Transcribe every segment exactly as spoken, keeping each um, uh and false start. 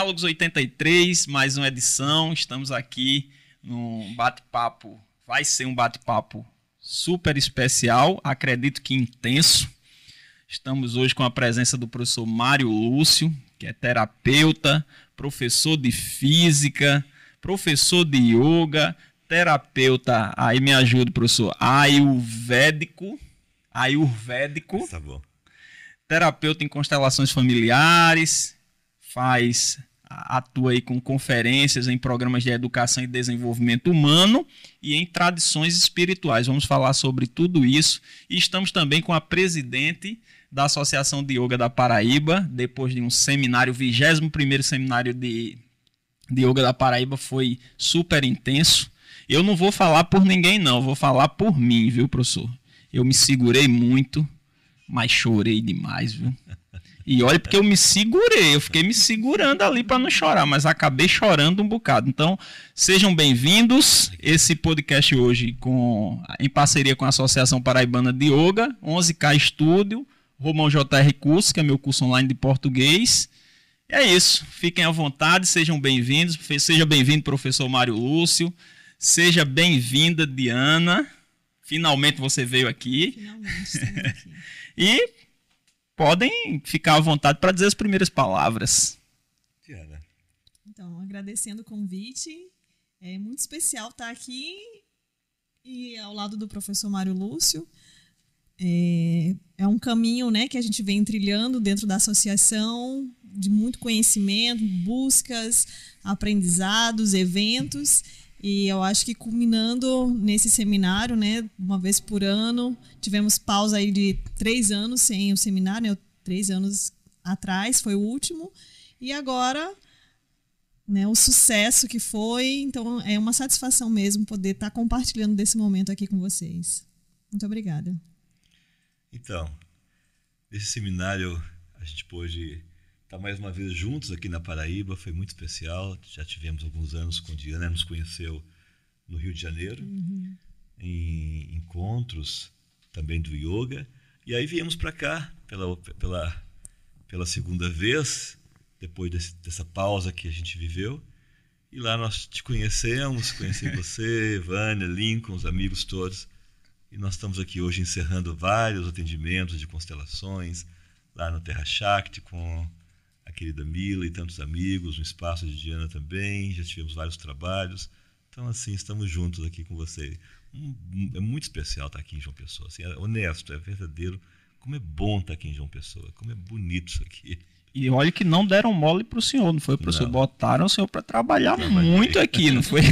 Diálogos oitenta e três, mais uma edição. Estamos aqui num bate-papo. Vai ser um bate-papo super especial, acredito que intenso. Estamos hoje com a presença do professor Mário Lúcio, que é terapeuta, professor de física, professor de yoga, terapeuta, aí me ajuda, professor, ayurvédico, ayurvédico, tá bom. Terapeuta em constelações familiares, faz, atua aí com conferências em programas de educação e desenvolvimento humano e em tradições espirituais. Vamos falar sobre tudo isso. E estamos também com a presidente da Associação de Yoga da Paraíba, depois de um seminário, o vigésimo primeiro seminário de, de Yoga da Paraíba, foi super intenso. Eu não vou falar por ninguém não, vou falar por mim, viu, professor? Eu me segurei muito, mas chorei demais, viu? E olha, porque eu me segurei, eu fiquei me segurando ali para não chorar, mas acabei chorando um bocado. Então, sejam bem-vindos. Esse podcast hoje com, em parceria com a Associação Paraibana de Yoga, onze K Estúdio, Romão J R Curso, que é meu curso online de português. E é isso, fiquem à vontade, sejam bem-vindos. Seja bem-vindo, professor Mário Lúcio. Seja bem-vinda, Diana. Finalmente você veio aqui. Finalmente, estamos aqui. E podem ficar à vontade para dizer as primeiras palavras. Diana. Então, agradecendo o convite. É muito especial estar aqui e ao lado do professor Mário Lúcio. É, é um caminho, né, que a gente vem trilhando dentro da associação, de muito conhecimento, buscas, aprendizados, eventos. E eu acho que culminando nesse seminário, né, uma vez por ano, tivemos pausa aí de três anos sem o seminário, né, três anos atrás foi o último, e agora, né, o sucesso que foi, então é uma satisfação mesmo poder estar compartilhando desse momento aqui com vocês. Muito obrigada. Então, nesse seminário a gente pôde estar mais uma vez juntos aqui na Paraíba, foi muito especial. Já tivemos alguns anos com Diana, nos conheceu no Rio de Janeiro, uhum. em encontros também do yoga. E aí viemos para cá pela, pela, pela segunda vez, depois desse, dessa pausa que a gente viveu. E lá nós te conhecemos, conheci você, Vânia, Lincoln, os amigos todos. E nós estamos aqui hoje encerrando vários atendimentos de constelações, lá no Terra Shakti, com a querida Mila e tantos amigos, no espaço de Diana também, já tivemos vários trabalhos. Então, assim, estamos juntos aqui com você. Um, um, é muito especial estar aqui em João Pessoa. Assim, é honesto, é verdadeiro. Como é bom estar aqui em João Pessoa, como é bonito isso aqui. E olha que não deram mole para o senhor, não foi, professor? Não. Botaram o senhor para trabalhar Trabalhei. muito aqui, não foi?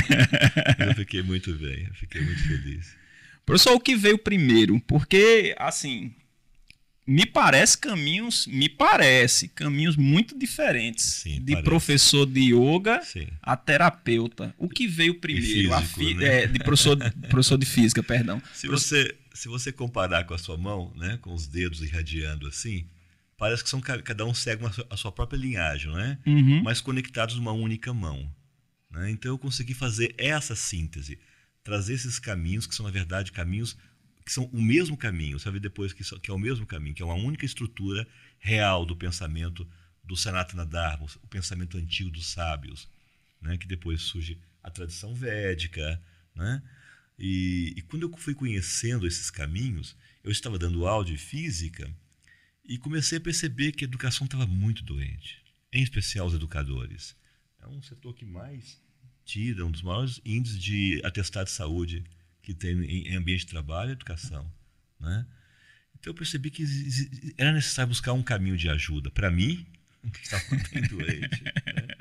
Eu fiquei muito bem, eu fiquei muito feliz. Professor, o que veio primeiro? Porque, assim, me parece caminhos, me parece caminhos muito diferentes. Sim, de parece. Professor de yoga Sim. a terapeuta. O que veio primeiro? Físico, a fi, né? é, de professor, professor de física, perdão. Se você, se você comparar com a sua mão, né, com os dedos irradiando assim, parece que são, cada um segue uma, a sua própria linhagem, né? Uhum. Mas conectados numa única mão. Né? Então eu consegui fazer essa síntese. Trazer esses caminhos, que são, na verdade, caminhos que são o mesmo caminho, sabe? Depois que, que é o mesmo caminho, que é uma única estrutura real do pensamento do Sanatana Dharma, o pensamento antigo dos sábios, né? Que depois surge a tradição védica. Né? E, e quando eu fui conhecendo esses caminhos, eu estava dando aula de física e comecei a perceber que a educação estava muito doente, em especial os educadores. É um setor que mais tira um dos maiores índices de atestado de saúde que tem em ambiente de trabalho e educação. Né? Então eu percebi que era necessário buscar um caminho de ajuda para mim, que estava bem doente, né?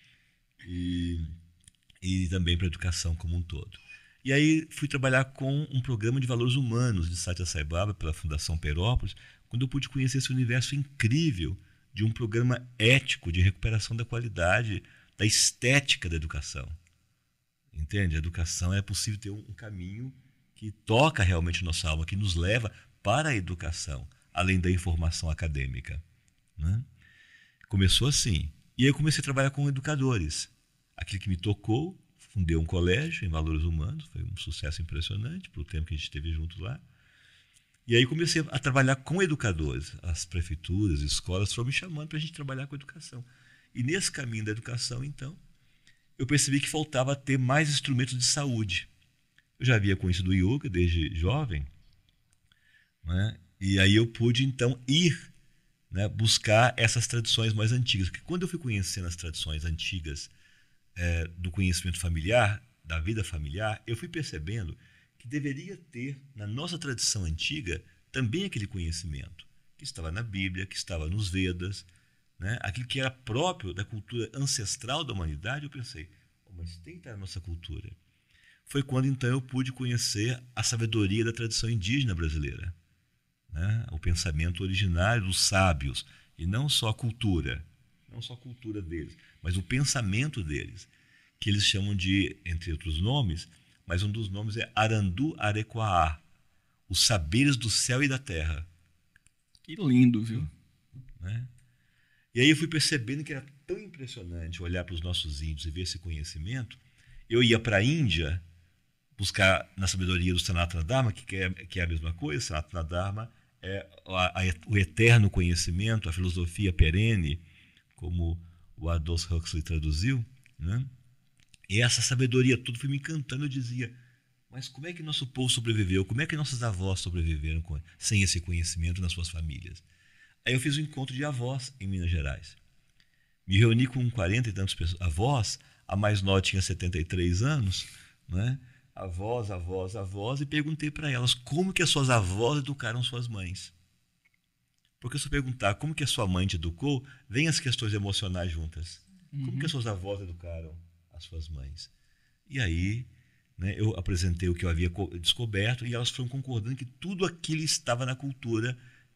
e, e também para a educação como um todo. E aí fui trabalhar com um programa de valores humanos de Satya Sai Baba pela Fundação Perópolis, quando eu pude conhecer esse universo incrível de um programa ético de recuperação da qualidade, da estética da educação. Entende? A educação é possível ter um caminho que toca realmente nossa alma, que nos leva para a educação, além da informação acadêmica. Né? Começou assim. E aí eu comecei a trabalhar com educadores. Aquilo que me tocou, fundei um colégio em valores humanos, foi um sucesso impressionante para o tempo que a gente esteve juntos lá. E aí comecei a trabalhar com educadores. As prefeituras, as escolas foram me chamando para a gente trabalhar com educação. E nesse caminho da educação, então, eu percebi que faltava ter mais instrumentos de saúde. Eu já havia conhecido o yoga desde jovem, né? E aí eu pude, então, ir, né, buscar essas tradições mais antigas. Porque quando eu fui conhecendo as tradições antigas é, do conhecimento familiar, da vida familiar, eu fui percebendo que deveria ter, na nossa tradição antiga, também aquele conhecimento que estava na Bíblia, que estava nos Vedas, né? Aquilo que era próprio da cultura ancestral da humanidade. Eu pensei, oh, mas tem que estar na nossa cultura. Foi quando então eu pude conhecer a sabedoria da tradição indígena brasileira, né? O pensamento originário dos sábios, e não só a cultura, não só a cultura deles, mas o pensamento deles, que eles chamam de, entre outros nomes, mas um dos nomes é Arandu Arequaá, os saberes do céu e da terra. Que lindo, viu? Né? E aí eu fui percebendo que era tão impressionante olhar para os nossos índios e ver esse conhecimento. Eu ia para a Índia buscar na sabedoria do Sanatana Dharma, que é, que é a mesma coisa. Sanatana Dharma é a, a, o eterno conhecimento, a filosofia perene, como o Aldous Huxley traduziu, né? E essa sabedoria toda foi me encantando. Eu dizia, mas como é que nosso povo sobreviveu? Como é que nossos avós sobreviveram com, sem esse conhecimento nas suas famílias? Aí eu fiz um encontro de avós em Minas Gerais. Me reuni com quarenta e tantos pessoas, avós. A mais nova tinha setenta e três anos, né? Avós, avós, avós, e perguntei para elas como que as suas avós educaram suas mães. Porque se eu perguntar como que a sua mãe te educou, vem as questões emocionais juntas. Uhum. Como que as suas avós educaram as suas mães? E aí, né, eu apresentei o que eu havia descoberto e elas foram concordando que tudo aquilo estava na cultura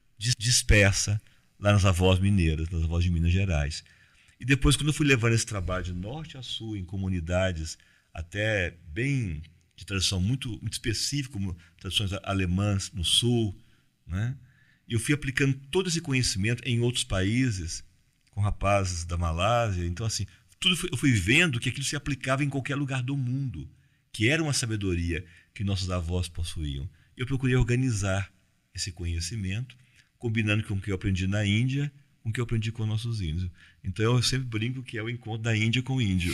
dispersa lá nas avós mineiras, nas avós de Minas Gerais. E depois, quando eu fui levando esse trabalho de norte a sul, em comunidades até bem de tradição muito, muito específica, como tradições alemãs no sul, né? E eu fui aplicando todo esse conhecimento em outros países, com rapazes da Malásia. Então, assim, tudo foi, eu fui vendo que aquilo se aplicava em qualquer lugar do mundo, que era uma sabedoria que nossos avós possuíam. Eu procurei organizar esse conhecimento, combinando com o que eu aprendi na Índia, com o que eu aprendi com nossos índios. Então eu sempre brinco que é o encontro da Índia com o índio.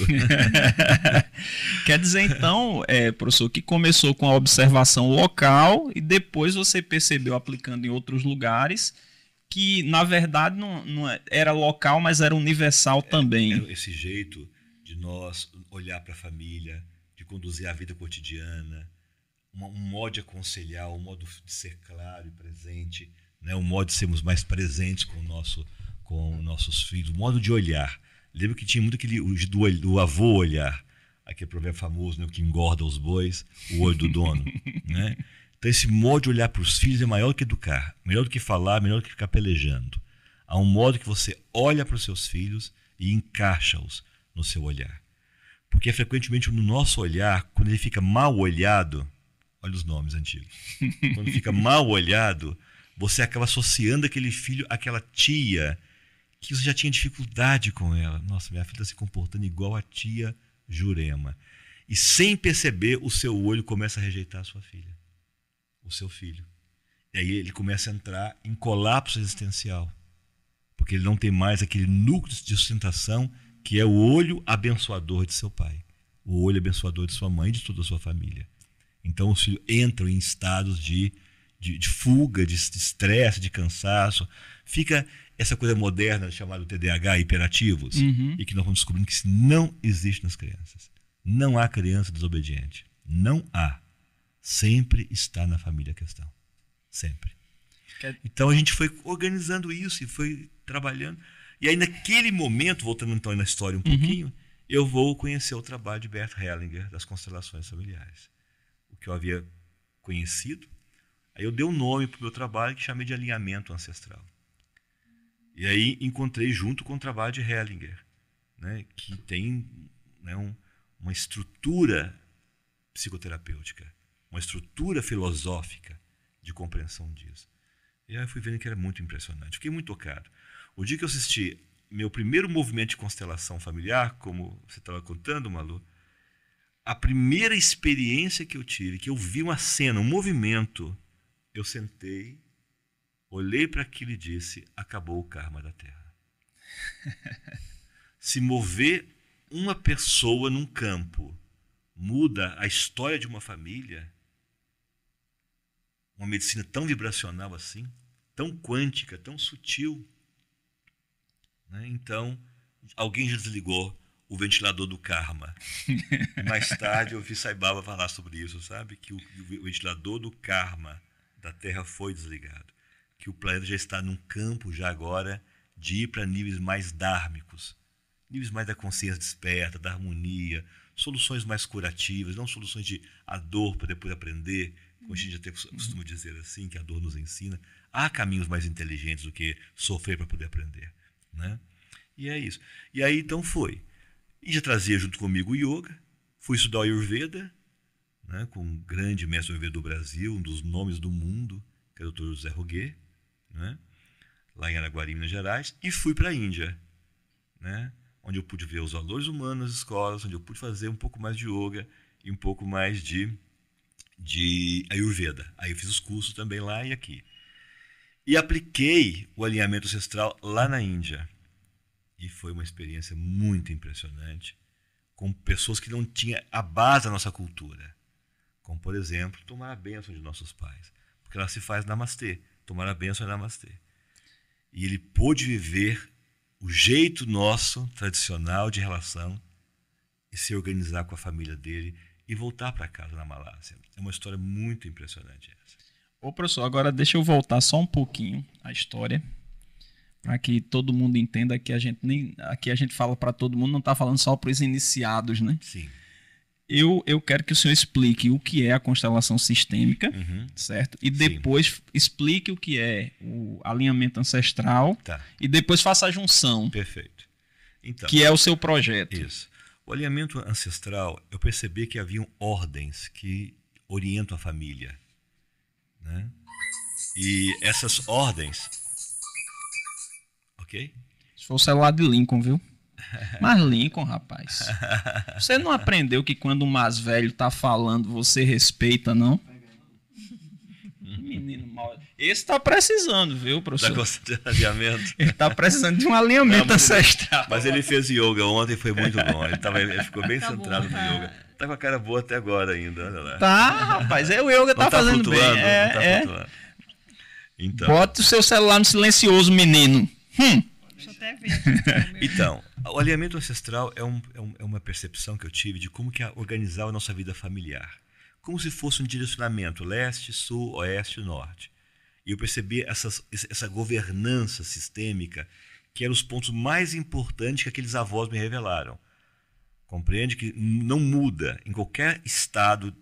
Quer dizer, então, é, professor, que começou com a observação local e depois você percebeu aplicando em outros lugares que, na verdade, não, não era local, mas era universal também. É, é esse jeito de nós olhar para a família, de conduzir a vida cotidiana, um, um modo de aconselhar, um modo de ser claro e presente, né? Um modo de sermos mais presentes com o nosso, com nossos filhos, um modo de olhar. Lembro que tinha muito aquele do, do avô olhar, aquele provérbio famoso, né? O que engorda os bois, o olho do dono, né? Então esse modo de olhar para os filhos é maior do que educar, melhor do que falar, melhor do que ficar pelejando. Há um modo que você olha para os seus filhos e encaixa-os no seu olhar. Porque é frequentemente no nosso olhar, quando ele fica mal olhado, olha os nomes antigos, quando fica mal olhado, você acaba associando aquele filho àquela tia que você já tinha dificuldade com ela. Nossa, minha filha está se comportando igual a tia Jurema. E sem perceber, o seu olho começa a rejeitar a sua filha, o seu filho. E aí ele começa a entrar em colapso existencial, porque ele não tem mais aquele núcleo de sustentação que é o olho abençoador de seu pai, o olho abençoador de sua mãe e de toda a sua família. Então os filhos entram em estados de De, de fuga, de estresse, de, de cansaço. Fica essa coisa moderna chamada T D A H, hiperativos, uhum. E que nós vamos descobrindo que isso não existe nas crianças. Não há criança desobediente. Não há. Sempre está na família a questão. Sempre. Então a gente foi organizando isso e foi trabalhando. E aí naquele momento, voltando então na história um uhum. pouquinho, eu vou conhecer o trabalho de Bert Hellinger das constelações familiares. O que eu havia conhecido. Aí eu dei um nome para o meu trabalho que chamei de alinhamento ancestral. E aí encontrei junto com o trabalho de Hellinger, né, que tem, né, um, uma estrutura psicoterapêutica, uma estrutura filosófica de compreensão disso. E aí eu fui vendo que era muito impressionante. Fiquei muito tocado. O dia que eu assisti meu primeiro movimento de constelação familiar, como você estava contando, Malu, a primeira experiência que eu tive, que eu vi uma cena, um movimento, eu sentei, olhei para aquilo e disse, acabou o karma da Terra. Se mover uma pessoa num campo muda a história de uma família, uma medicina tão vibracional assim, tão quântica, tão sutil, né? Então, alguém já desligou o ventilador do karma. Mais tarde eu vi Sai Baba falar sobre isso, sabe? Que o, o ventilador do karma da Terra foi desligado. Que o planeta já está num campo já agora de ir para níveis mais dármicos, níveis mais da consciência desperta, da harmonia, soluções mais curativas, não soluções de a dor para depois aprender, como a gente até costuma dizer assim, que a dor nos ensina. Há caminhos mais inteligentes do que sofrer para poder aprender, né? E é isso. E aí então foi. E já trazia junto comigo o yoga, fui estudar o Ayurveda, né, com um grande mestre Ayurveda do Brasil, um dos nomes do mundo, que é o doutor José Roguet, né, lá em Araguari, Minas Gerais, e fui para a Índia, né, onde eu pude ver os valores humanos nas escolas, onde eu pude fazer um pouco mais de yoga e um pouco mais de, de Ayurveda. Aí eu fiz os cursos também lá e aqui. E apliquei o alinhamento ancestral lá na Índia. E foi uma experiência muito impressionante, com pessoas que não tinham a base da nossa cultura. Como, por exemplo, tomar a bênção de nossos pais. Porque ela se faz namastê. Tomar a bênção é namastê. E ele pôde viver o jeito nosso, tradicional, de relação, e se organizar com a família dele e voltar para casa na Malásia. É uma história muito impressionante essa. Ô, professor, agora deixa eu voltar só um pouquinho à história, para que todo mundo entenda que a gente nem aqui a gente fala para todo mundo, não está falando só para os iniciados, né? Sim. Eu, eu quero que o senhor explique o que é a constelação sistêmica, Uhum. certo? E depois Sim. explique o que é o alinhamento ancestral, tá. E depois faça a junção. Perfeito. Então, que é o seu projeto. Isso. O alinhamento ancestral, eu percebi que haviam ordens que orientam a família, né? E essas ordens... Ok? Se for o celular de Lincoln, viu? Mas Lincoln, rapaz, você não aprendeu que quando o mais velho tá falando, você respeita, não? Menino mal. Esse tá precisando, viu, professor? Da alinhamento. Ele tá precisando de um alinhamento não, ancestral. Mas ele fez yoga ontem, foi muito bom. Ele, tava, ele ficou bem tá centrado bom, no tá. yoga. Tá com a cara boa até agora ainda, olha lá. Tá, rapaz, é, o yoga tá, tá fazendo bem. É, não tá é. flutuando. Então. Bote o seu celular no silencioso, menino. Hum. Deixa eu até ver. Então, o alinhamento ancestral é, um, é, um, é uma percepção que eu tive de como que organizar a nossa vida familiar. Como se fosse um direcionamento leste, sul, oeste e norte. E eu percebi essas, essa governança sistêmica que eram os pontos mais importantes que aqueles avós me revelaram. Compreende que não muda em qualquer estado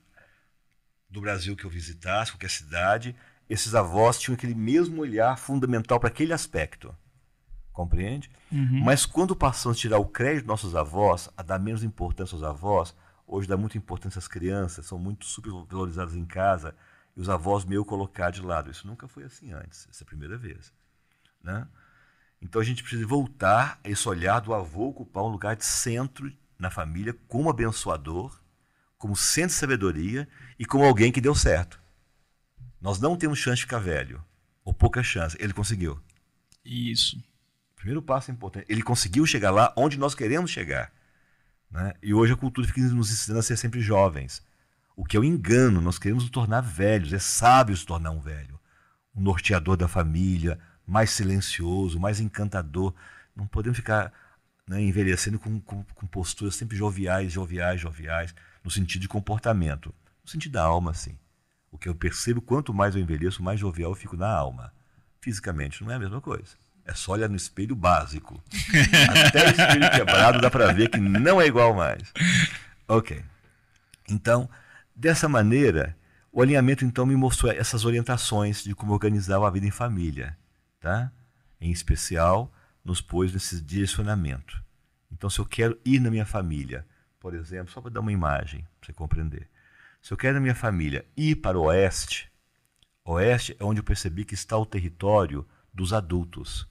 do Brasil que eu visitasse, qualquer cidade, esses avós tinham aquele mesmo olhar fundamental para aquele aspecto. Compreende? Uhum. Mas quando passamos a tirar o crédito dos nossos avós, a dar menos importância aos avós, hoje dá muita importância às crianças, são muito supervalorizadas em casa, e os avós meio colocar de lado. Isso nunca foi assim antes, essa é a primeira vez, né? Então a gente precisa voltar a esse olhar do avô ocupar um lugar de centro na família, como abençoador, como centro de sabedoria e como alguém que deu certo. Nós não temos chance de ficar velho, ou pouca chance. Ele conseguiu. Isso. O primeiro passo é importante. Ele conseguiu chegar lá onde nós queremos chegar, né? E hoje a cultura fica nos ensinando a ser sempre jovens. O que é um engano, nós queremos nos tornar velhos. É sábio se tornar um velho. Um norteador da família, mais silencioso, mais encantador. Não podemos ficar, né, envelhecendo com, com, com posturas sempre joviais, joviais, joviais, no sentido de comportamento. No sentido da alma, sim. O que eu percebo, quanto mais eu envelheço, mais jovial eu fico na alma. Fisicamente não é a mesma coisa. É só olhar no espelho básico. Até o espelho quebrado dá para ver que não é igual mais. Ok. Então, dessa maneira, o alinhamento então me mostrou essas orientações de como organizar a vida em família, tá? Em especial, nos pôs nesse direcionamento. Então, se eu quero ir na minha família, por exemplo, só para dar uma imagem, para você compreender. Se eu quero na minha família ir para o oeste, oeste é onde eu percebi que está o território dos adultos.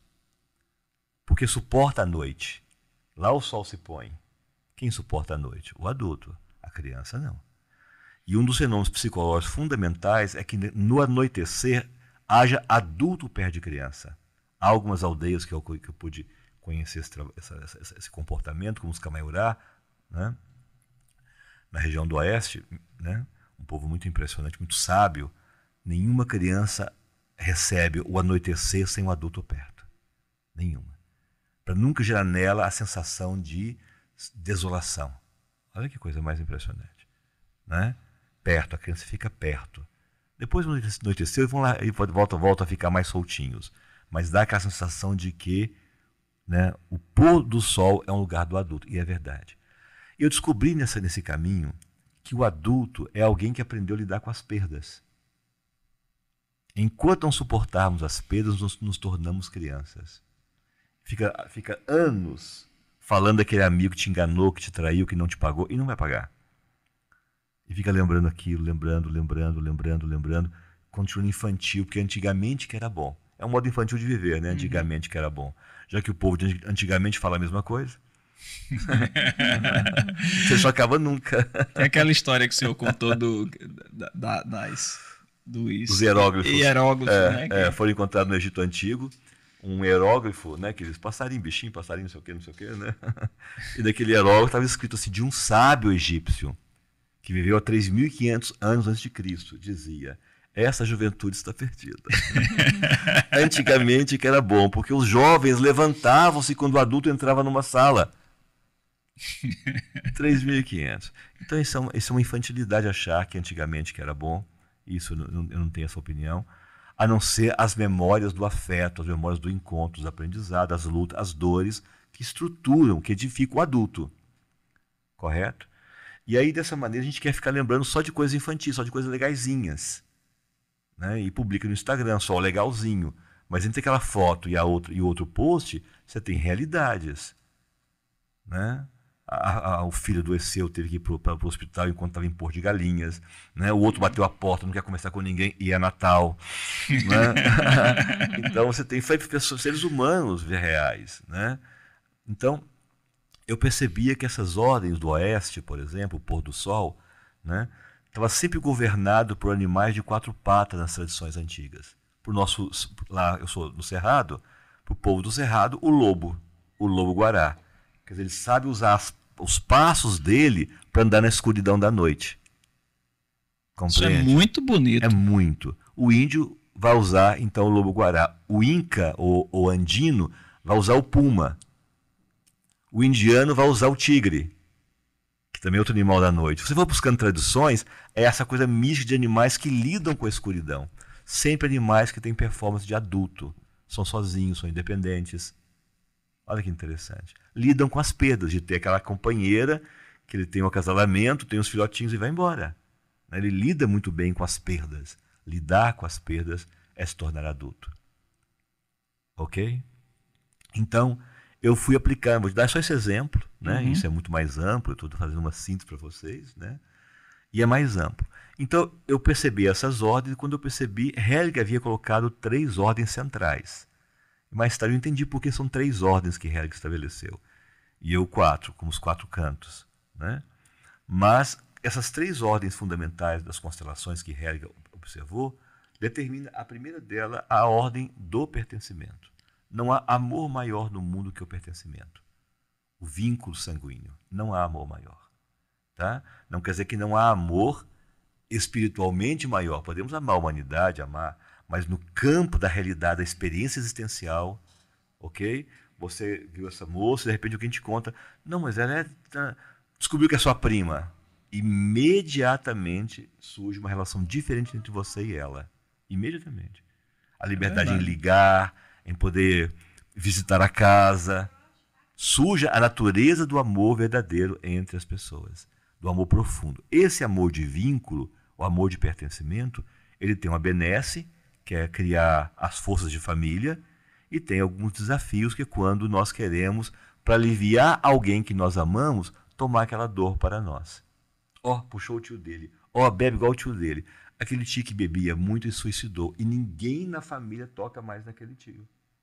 Porque suporta a noite. Lá o sol se põe. Quem suporta a noite? O adulto. A criança não. E um dos fenômenos psicológicos fundamentais é que no anoitecer haja adulto perto de criança. Há algumas aldeias que eu, que eu pude conhecer esse, essa, essa, esse comportamento, como os Camaiurá, né? Na região do Oeste, né? Um povo muito impressionante, muito sábio. Nenhuma criança recebe o anoitecer sem um adulto perto. Nenhuma. Para nunca gerar nela a sensação de desolação. Olha que coisa mais impressionante. Né? Perto, a criança fica perto. Depois do anoitecer, eles vão lá e voltam, voltam a ficar mais soltinhos. Mas dá aquela sensação de que, né, o pôr do sol é um lugar do adulto. E é verdade. Eu descobri nessa, nesse caminho que o adulto é alguém que aprendeu a lidar com as perdas. Enquanto não suportarmos as perdas, nós nos tornamos crianças. Fica, fica anos falando daquele amigo que te enganou, que te traiu, que não te pagou, e não vai pagar. E fica lembrando aquilo, lembrando, lembrando, lembrando, lembrando. Continua infantil, porque antigamente que era bom. É um modo infantil de viver, né? Antigamente uhum. que era bom. Já que o povo de antigamente fala a mesma coisa. Você só acaba nunca. Tem aquela história que o senhor contou do, da, da, das, dos Os hieróglifos. hieróglifos é, né? é, foram encontrados no Egito Antigo. Um hieróglifo, né? Que eles passarinho, bichinho, passarinho, não sei o que, não sei o que, né? E daquele hieróglifo estava escrito assim, de um sábio egípcio que viveu há três mil e quinhentos anos antes de Cristo, dizia: essa juventude está perdida. Antigamente que era bom, porque os jovens levantavam-se quando o adulto entrava numa sala. três mil e quinhentos. Então isso é, uma, isso é uma infantilidade achar que antigamente que era bom. Isso eu não, eu não tenho essa opinião. A não ser as memórias do afeto, as memórias do encontro, os aprendizados, as lutas, as dores que estruturam, que edificam o adulto. Correto? E aí, dessa maneira, a gente quer ficar lembrando só de coisas infantis, só de coisas legaisinhas. Né? E publica no Instagram, só o legalzinho. Mas entre aquela foto e, a outra, e o outro post, você tem realidades. Né? A, a, o filho adoeceu, teve que ir para o hospital enquanto estava em Porto de Galinhas. Né? O outro bateu a porta, não quer conversar com ninguém, e é Natal. Né? Então você tem pessoas, seres humanos reais. Né? Então eu percebia que essas ordens do Oeste, por exemplo, o pôr do sol, né, estava sempre governado por animais de quatro patas nas tradições antigas. Por nosso, lá eu sou do Cerrado, para o povo do Cerrado, o lobo, o lobo-guará. Quer dizer, ele sabe usar as, os passos dele para andar na escuridão da noite. Compreende? Isso é muito bonito. É muito. O índio vai usar, então, o lobo-guará. O inca, ou, ou andino, vai usar o puma. O indiano vai usar o tigre, que também é outro animal da noite. Se você for buscando tradições, é essa coisa mística de animais que lidam com a escuridão. Sempre animais que têm performance de adulto. São sozinhos, são independentes. Olha que interessante. Lidam com as perdas, de ter aquela companheira, que ele tem um acasalamento, tem os filhotinhos e vai embora. Ele lida muito bem com as perdas. Lidar com as perdas é se tornar adulto. Ok? Então, eu fui aplicando, vou te dar só esse exemplo, né? Uhum. Isso é muito mais amplo, eu estou fazendo uma síntese para vocês, né? E é mais amplo. Então, eu percebi essas ordens, e quando eu percebi, Helga havia colocado três ordens centrais. Mais tarde eu entendi por que são três ordens que Helga estabeleceu. E eu quatro, como os quatro cantos. Né? Mas essas três ordens fundamentais das constelações que Helga observou, determina a primeira dela a ordem do pertencimento. Não há amor maior no mundo que o pertencimento. O vínculo sanguíneo. Não há amor maior. Tá? Não quer dizer que não há amor espiritualmente maior. Podemos amar a humanidade, amar, mas no campo da realidade, da experiência existencial, ok? Você viu essa moça, de repente alguém te conta, não, mas ela é, tá, descobriu que é sua prima. Imediatamente surge uma relação diferente entre você e ela. Imediatamente. A liberdade é em ligar, em poder visitar a casa. Surge a natureza do amor verdadeiro entre as pessoas, do amor profundo. Esse amor de vínculo, o amor de pertencimento, ele tem uma benesse, que é criar as forças de família, e tem alguns desafios que é quando nós queremos, para aliviar alguém que nós amamos, tomar aquela dor para nós. Ó, oh, puxou o tio dele. Ó, oh, bebe igual o tio dele. Aquele tio que bebia muito e suicidou, e ninguém na família toca mais naquele tio.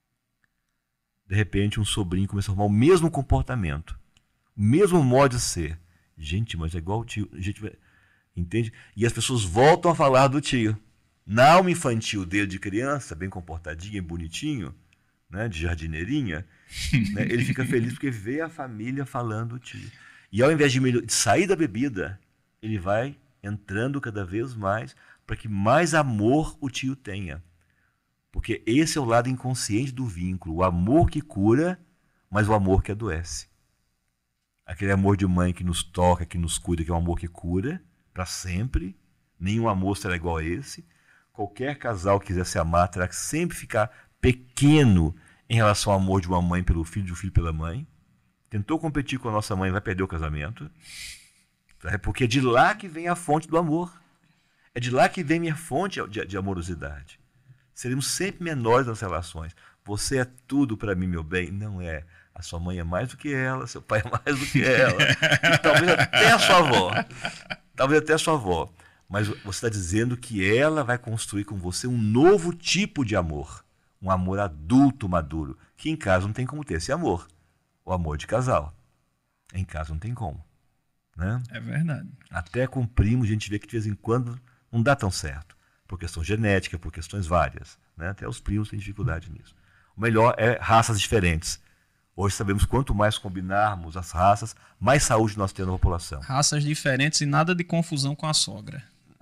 De repente, um sobrinho começa a formar o mesmo comportamento, o mesmo modo de ser. Gente, mas é igual o tio. Gente, entende? E as pessoas voltam a falar do tio. Na alma infantil dele de criança, bem comportadinho, bonitinho, né, de jardineirinha, né, ele fica feliz porque vê a família falando o tio. E ao invés de, de sair da bebida, ele vai entrando cada vez mais para que mais amor o tio tenha. Porque esse é o lado inconsciente do vínculo, o amor que cura, mas o amor que adoece. Aquele amor de mãe que nos toca, que nos cuida, que é um amor que cura para sempre. Nenhum amor será igual a esse. Qualquer casal que quiser se amar terá que sempre ficar pequeno em relação ao amor de uma mãe pelo filho, de um filho pela mãe. Tentou competir com a nossa mãe, vai perder o casamento. É porque é de lá que vem a fonte do amor. É de lá que vem minha fonte de, de amorosidade. Seremos sempre menores nas relações. Você é tudo para mim, meu bem. Não é. A sua mãe é mais do que ela, seu pai é mais do que ela. E talvez até a sua avó. Talvez até a sua avó. Mas você está dizendo que ela vai construir com você um novo tipo de amor. Um amor adulto, maduro. Que em casa não tem como ter esse amor. O amor de casal. Em casa não tem como. Né? É verdade. Até com primos a gente vê que de vez em quando não dá tão certo. Por questão genética, por questões várias. Né? Até os primos têm dificuldade nisso. O melhor é raças diferentes. Hoje sabemos quanto mais combinarmos as raças, mais saúde nós temos na população. Raças diferentes e nada de confusão com a sogra.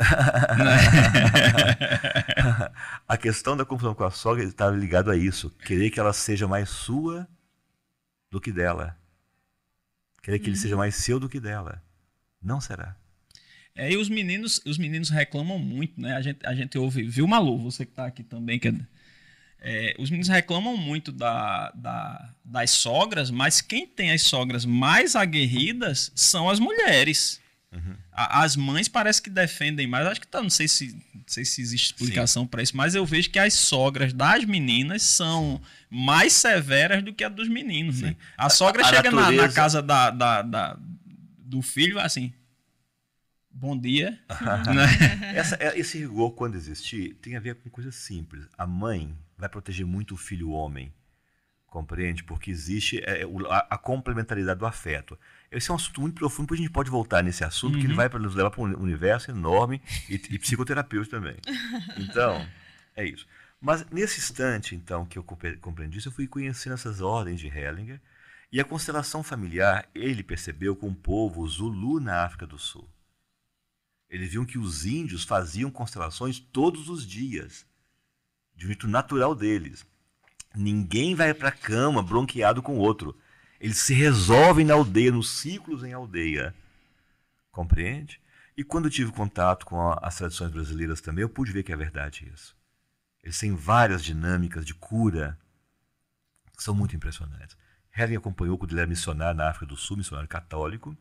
A questão da confusão com a sogra está ligado a isso. Querer que ela seja mais sua do que dela. Querer que ele seja mais seu do que dela. Não será. É, e os meninos, os meninos reclamam muito, né? A gente, a gente ouve, viu, Malu? Você que está aqui também, que é, é, os meninos reclamam muito da, da, das sogras, mas quem tem as sogras mais aguerridas são as mulheres. Uhum. A, as mães parece que defendem mais. Acho que tá, não sei se, não sei se existe explicação para isso, mas eu vejo que as sogras das meninas são mais severas do que a dos meninos. Né? A sogra a, a chega natureza... na, na casa da, da, da, do filho assim. Bom dia. Essa, esse rigor, quando existir, tem a ver com coisas simples. A mãe vai proteger muito o filho homem, compreende? Porque existe é, a, a complementaridade do afeto. Esse é um assunto muito profundo, depois a gente pode voltar nesse assunto, uhum. que ele vai nos levar para um universo enorme e, e psicoterapeuta também. Então, é isso. Mas nesse instante, então, que eu compreendi isso, eu fui conhecendo essas ordens de Hellinger e a constelação familiar, ele percebeu com o povo Zulu na África do Sul. Eles viam que os índios faziam constelações todos os dias, de um jeito natural deles. Ninguém vai para a cama bronqueado com o outro. Eles se resolvem na aldeia, nos ciclos em aldeia. Compreende? E quando eu tive contato com a, as tradições brasileiras também, eu pude ver que é verdade isso. Eles têm várias dinâmicas de cura que são muito impressionantes. Helen acompanhou quando ele era missionário na África do Sul, missionário católico.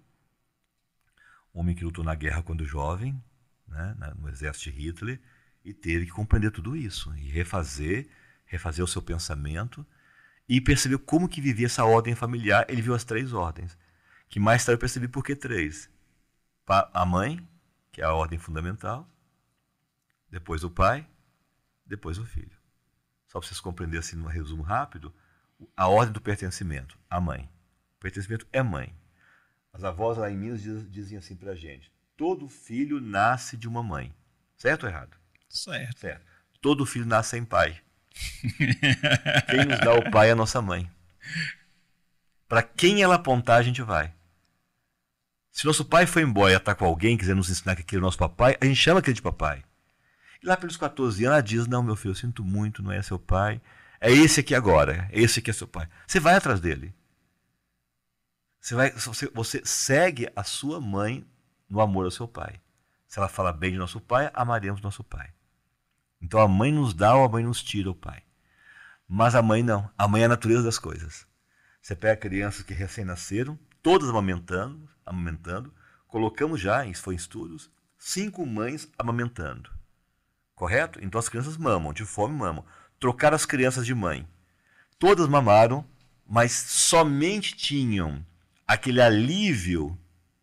Homem que lutou na guerra quando jovem, né, no exército de Hitler, e teve que compreender tudo isso, e refazer, refazer o seu pensamento, e perceber como que vivia essa ordem familiar. Ele viu as três ordens, que mais tarde eu percebi por que três. A mãe, que é a ordem fundamental, depois o pai, depois o filho. Só para vocês compreenderem assim, num resumo rápido, a ordem do pertencimento, a mãe. O pertencimento é mãe. As avós lá em Minas dizem assim pra gente: todo filho nasce de uma mãe. Certo ou errado? Certo. Certo. Todo filho nasce sem pai. Quem nos dá o pai é a nossa mãe. Para quem ela apontar, a gente vai. Se nosso pai foi embora e está com alguém, quiser nos ensinar que aquele é o nosso papai, a gente chama aquele de papai. E lá pelos quatorze anos, ela diz: não, meu filho, eu sinto muito, não é seu pai. É esse aqui agora. É esse aqui é seu pai. Você vai atrás dele. Você, vai, você, você segue a sua mãe no amor ao seu pai. Se ela fala bem de nosso pai, amaremos nosso pai. Então a mãe nos dá ou a mãe nos tira o pai. Mas a mãe não. A mãe é a natureza das coisas. Você pega crianças que recém-nasceram, todas amamentando, amamentando. Colocamos já, isso foi em estudos, cinco mães amamentando. Correto? Então as crianças mamam, de fome mamam. Trocaram as crianças de mãe. Todas mamaram, mas somente tinham aquele alívio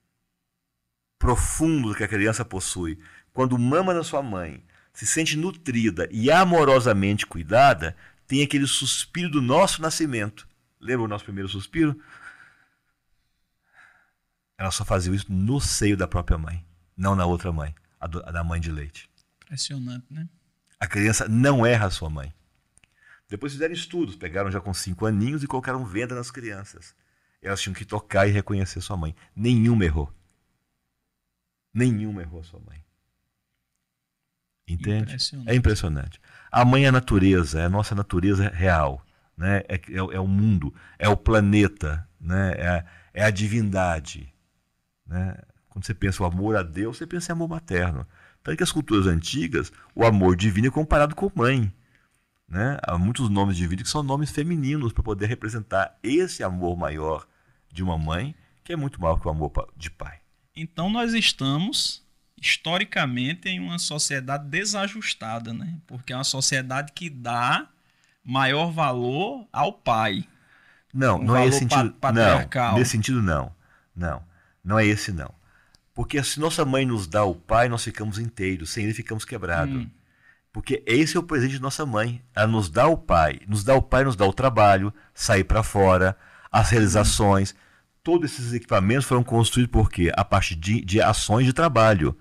profundo que a criança possui quando mama da sua mãe, se sente nutrida e amorosamente cuidada, tem aquele suspiro do nosso nascimento. Lembra o nosso primeiro suspiro? Ela só fazia isso no seio da própria mãe, não na outra mãe, a, do, a da mãe de leite. Impressionante, né? A criança não erra a sua mãe. Depois fizeram estudos, pegaram já com cinco aninhos e colocaram venda nas crianças. Elas tinham que tocar e reconhecer sua mãe. Nenhuma errou. Nenhuma errou a sua mãe. Entende? Impressionante. É impressionante. A mãe é a natureza, é a nossa natureza real. Né? É, é, é o mundo, é o planeta, né? é, a, é a divindade. Né? Quando você pensa o amor a Deus, você pensa em amor materno. Tanto que as culturas antigas, o amor divino é comparado com mãe. Né? Há muitos nomes divinos que são nomes femininos para poder representar esse amor maior de uma mãe, que é muito maior que o amor de pai. Então nós estamos, historicamente, em uma sociedade desajustada, né? Porque é uma sociedade que dá maior valor ao pai. Não, um não é esse sentido. Patriarcal. Não, nesse sentido não. Não, não é esse não. Porque se nossa mãe nos dá o pai, nós ficamos inteiros, sem ele ficamos quebrados. Hum. Porque esse é o presente de nossa mãe. Ela nos dá o pai. Nos dá o pai, nos dá o trabalho, sair para fora, as realizações. Todos esses equipamentos foram construídos por quê? A partir de, de ações de trabalho.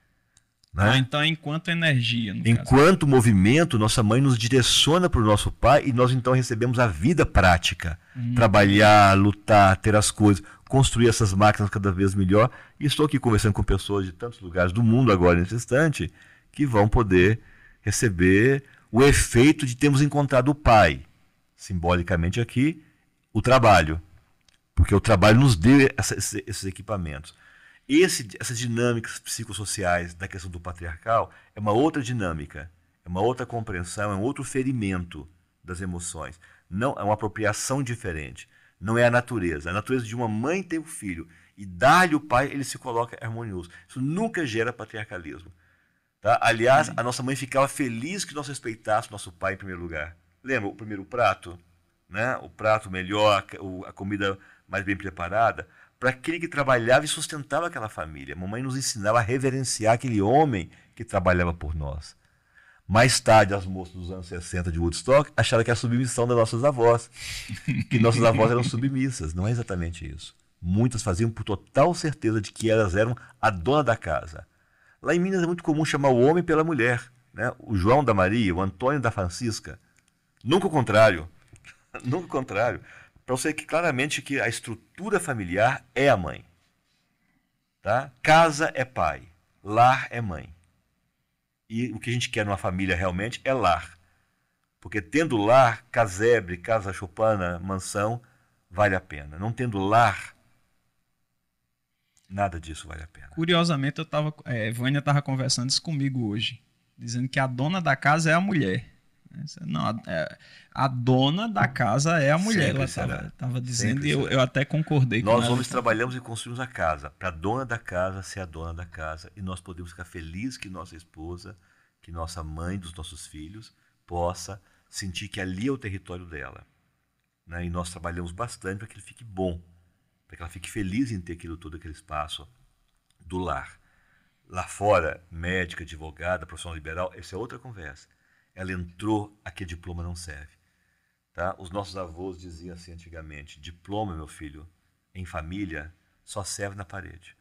Né? Ah, então, enquanto energia. No enquanto caso. movimento, nossa mãe nos direciona para o nosso pai e nós então recebemos a vida prática. Hum. Trabalhar, lutar, ter as coisas, construir essas máquinas cada vez melhor. E estou aqui conversando com pessoas de tantos lugares do mundo agora, nesse instante, que vão poder receber o efeito de termos encontrado o pai. Simbolicamente aqui, o trabalho. Porque o trabalho nos deu essa, esses, esses equipamentos. Esse, essas dinâmicas psicossociais da questão do patriarcal é uma outra dinâmica, é uma outra compreensão, é um outro ferimento das emoções. Não, é uma apropriação diferente. Não é a natureza. A natureza de uma mãe ter o filho e dar-lhe o pai, ele se coloca harmonioso. Isso nunca gera patriarcalismo. Tá? Aliás, Sim. a nossa mãe ficava feliz que nós respeitássemos nosso pai em primeiro lugar. Lembra o primeiro prato? Né? O prato melhor, a comida mais bem preparada, para aquele que trabalhava e sustentava aquela família. A mamãe nos ensinava a reverenciar aquele homem que trabalhava por nós. Mais tarde, as moças dos anos sessenta de Woodstock acharam que era a submissão das nossas avós, que nossas avós eram submissas. Não é exatamente isso. Muitas faziam por total certeza de que elas eram a dona da casa. Lá em Minas é muito comum chamar o homem pela mulher. Né? O João da Maria, o Antônio da Francisca. Nunca o contrário. Nunca o contrário. Para você que claramente que a estrutura familiar é a mãe. Tá? Casa é pai. Lar é mãe. E o que a gente quer numa família realmente é lar. Porque tendo lar, casebre, casa choupana, mansão, vale a pena. Não tendo lar, nada disso vale a pena. Curiosamente, eu tava, é, Vânia estava conversando isso comigo hoje, dizendo que a dona da casa é a mulher. Não, a, a dona da casa é a mulher. Sempre ela estava dizendo e eu, eu até concordei nós com ela. Nós homens trabalhamos e construímos a casa para a dona da casa ser a dona da casa e nós podemos ficar felizes que nossa esposa, que nossa mãe dos nossos filhos possa sentir que ali é o território dela. Né? E nós trabalhamos bastante para que ele fique bom, para que ela fique feliz em ter aquilo todo, aquele espaço do lar. Lá fora, médica, advogada, profissional liberal, essa é outra conversa. Ela entrou, aqui diploma não serve. Tá? Os nossos avós diziam assim antigamente, diploma, meu filho, em família, só serve na parede.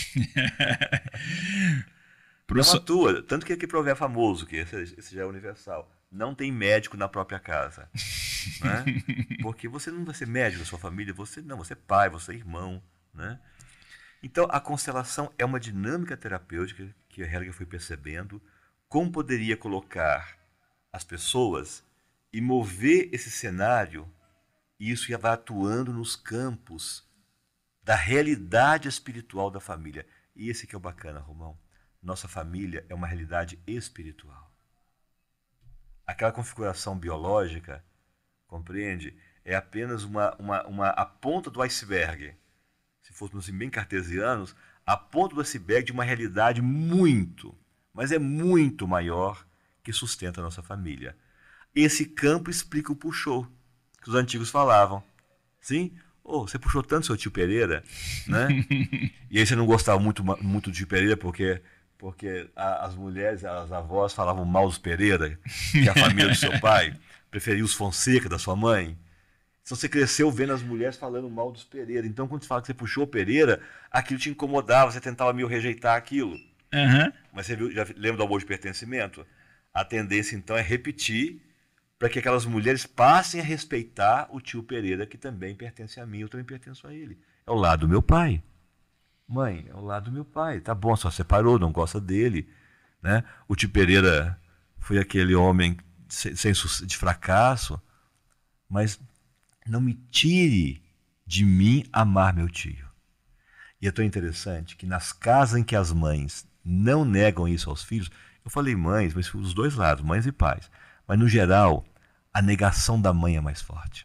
Não atua, tanto que aqui provérbio é famoso, que esse, esse já é universal. Não tem médico na própria casa. Né? Porque você não vai ser médico da sua família, você não, você é pai, você é irmão. Né? Então, a constelação é uma dinâmica terapêutica que a Helga foi percebendo, como poderia colocar as pessoas e mover esse cenário, e isso ia vai atuando nos campos da realidade espiritual da família. E esse que é o bacana, Romão. Nossa família é uma realidade espiritual. Aquela configuração biológica, compreende? É apenas uma, uma, uma, a ponta do iceberg. Se fôssemos assim, bem cartesianos, a ponta do iceberg de uma realidade muito, mas é muito maior que sustenta a nossa família. Esse campo explica o puxou, que os antigos falavam. Sim? Oh, você puxou tanto seu tio Pereira, né? E aí você não gostava muito, muito do tio Pereira porque, porque a, as mulheres, as avós falavam mal dos Pereira, que é a família do seu pai, preferia os Fonseca da sua mãe. Então você cresceu vendo as mulheres falando mal dos Pereira. Então quando você fala que você puxou o Pereira, aquilo te incomodava, você tentava meio rejeitar aquilo. Uhum. Mas você viu, já lembra do amor de pertencimento? A tendência, então, é repetir para que aquelas mulheres passem a respeitar o tio Pereira, que também pertence a mim, eu também pertenço a ele. É o lado do meu pai. Mãe, é o lado do meu pai. Tá bom, só separou, não gosta dele. Né? O tio Pereira foi aquele homem sem, sem, de fracasso, mas não me tire de mim amar meu tio. E é tão interessante que nas casas em que as mães não negam isso aos filhos, eu falei mães, mas os dois lados, mães e pais, mas no geral, a negação da mãe é mais forte.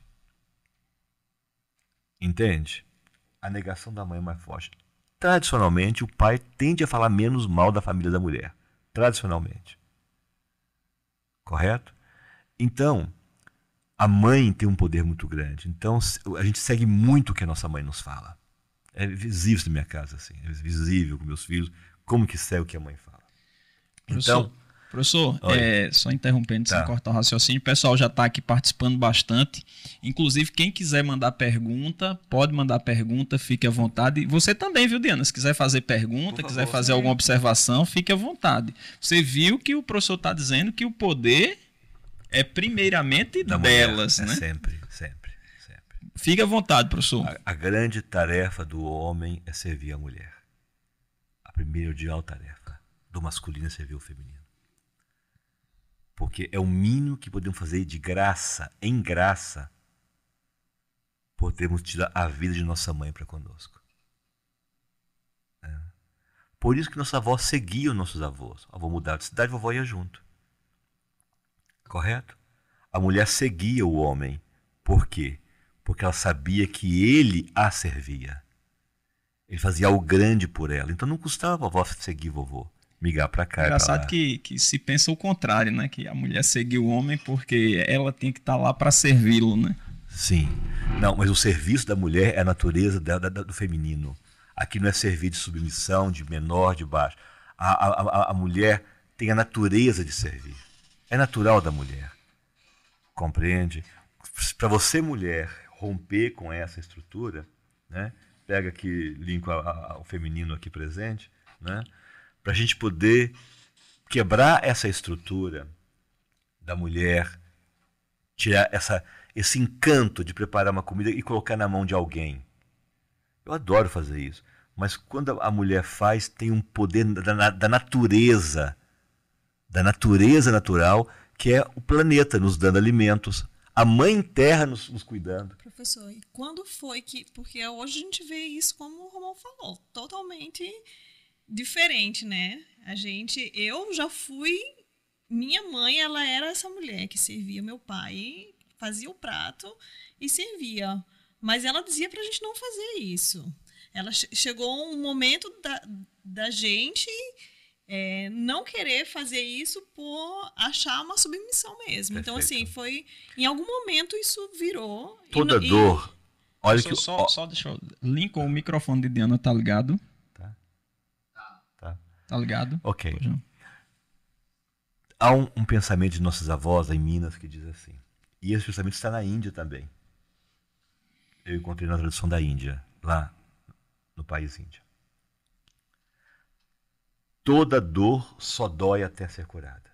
Entende? A negação da mãe é mais forte. Tradicionalmente, o pai tende a falar menos mal da família da mulher. Tradicionalmente. Correto? Então, a mãe tem um poder muito grande. Então, a gente segue muito o que a nossa mãe nos fala. É visível isso na minha casa, assim. É visível com meus filhos, como que segue o que a mãe fala. Professor, então, professor é, só interrompendo, tá. sem cortar o raciocínio, o pessoal já está aqui participando bastante. Inclusive, quem quiser mandar pergunta, pode mandar pergunta, fique à vontade. Você também, viu, Diana? Se quiser fazer pergunta, favor, quiser fazer sim. alguma observação, fique à vontade. Você viu que o professor está dizendo que o poder é primeiramente da delas, mulher, né? É sempre, sempre, sempre. Fique à vontade, professor. A, a grande tarefa do homem é servir a mulher. A primordial tarefa do masculino é servir o feminino. Porque é o mínimo que podemos fazer de graça, em graça, podemos tirar a vida de nossa mãe para conosco. É. Por isso que nossos avós seguiam nossos avós. A avó mudava de cidade, a vovó ia junto. Correto? A mulher seguia o homem. Por quê? Porque ela sabia que ele a servia. Ele fazia algo grande por ela. Então não custava a vovó seguir vovô. Migar para cá. Engraçado que, que se pensa o contrário, né? Que a mulher seguia o homem porque ela tinha que estar lá para servi-lo, né? Sim. Não, mas o serviço da mulher é a natureza da, da, do feminino. Aqui não é servir de submissão, de menor, de baixo. A, a, a mulher tem a natureza de servir. É natural da mulher. Compreende? Para você, mulher, romper com essa estrutura, né? Pega aqui, linko o feminino aqui presente, né? Para a gente poder quebrar essa estrutura da mulher, tirar essa, esse encanto de preparar uma comida e colocar na mão de alguém. Eu adoro fazer isso, mas quando a mulher faz, tem um poder da, da natureza, da natureza natural, que é o planeta nos dando alimentos, a mãe terra nos, nos cuidando. Professor, e quando foi que... Porque hoje a gente vê isso, como o Romão falou, totalmente diferente, né? A gente... Eu já fui... Minha mãe, ela era essa mulher que servia meu pai, fazia o prato e servia. Mas ela dizia pra gente não fazer isso. Ela chegou um momento da, da gente... É, não querer fazer isso por achar uma submissão mesmo. Perfeito. Então, assim, foi... Em algum momento isso virou... Toda e, dor... E, olha só, que... Só, ó, só deixa eu... Lincoln, o microfone de Diana tá ligado? Tá. Tá. Tá ligado? Ok. Há um, um pensamento de nossas avós em Minas que diz assim, e esse pensamento está na Índia também. Eu encontrei na tradução da Índia, lá no país Índia. Toda dor só dói até ser curada.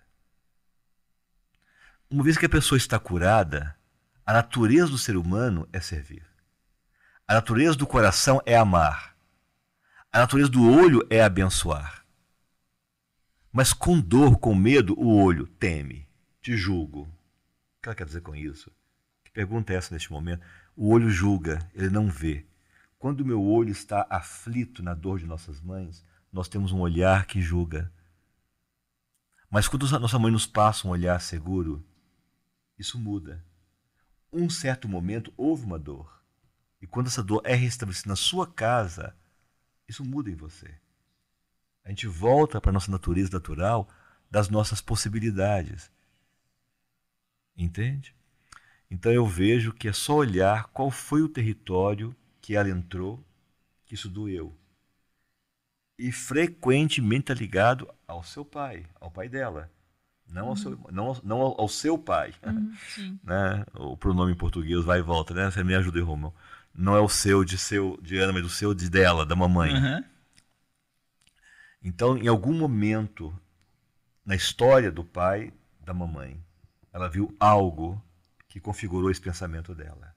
Uma vez que a pessoa está curada, a natureza do ser humano é servir. A natureza do coração é amar. A natureza do olho é abençoar. Mas com dor, com medo, o olho teme, te julgo. O que ela quer dizer com isso? Que pergunta é essa neste momento? O olho julga, ele não vê. Quando o meu olho está aflito na dor de nossas mães, nós temos um olhar que julga. Mas quando a nossa mãe nos passa um olhar seguro, isso muda. Um certo momento houve uma dor. E quando essa dor é restabelecida na sua casa, isso muda em você. A gente volta para a nossa natureza natural das nossas possibilidades. Entende? Então eu vejo que é só olhar qual foi o território que ela entrou, que isso doeu. E frequentemente está ligado ao seu pai, ao pai dela. Não, uhum. ao, seu, não, ao, não ao, ao seu pai. Uhum, sim. Né? O pronome em português vai e volta, né? Você me ajuda aí, Romão. Não é o seu de, seu, de Ana, mas o seu de dela, da mamãe. Uhum. Então, em algum momento na história do pai, da mamãe, Ela viu algo que configurou esse pensamento dela.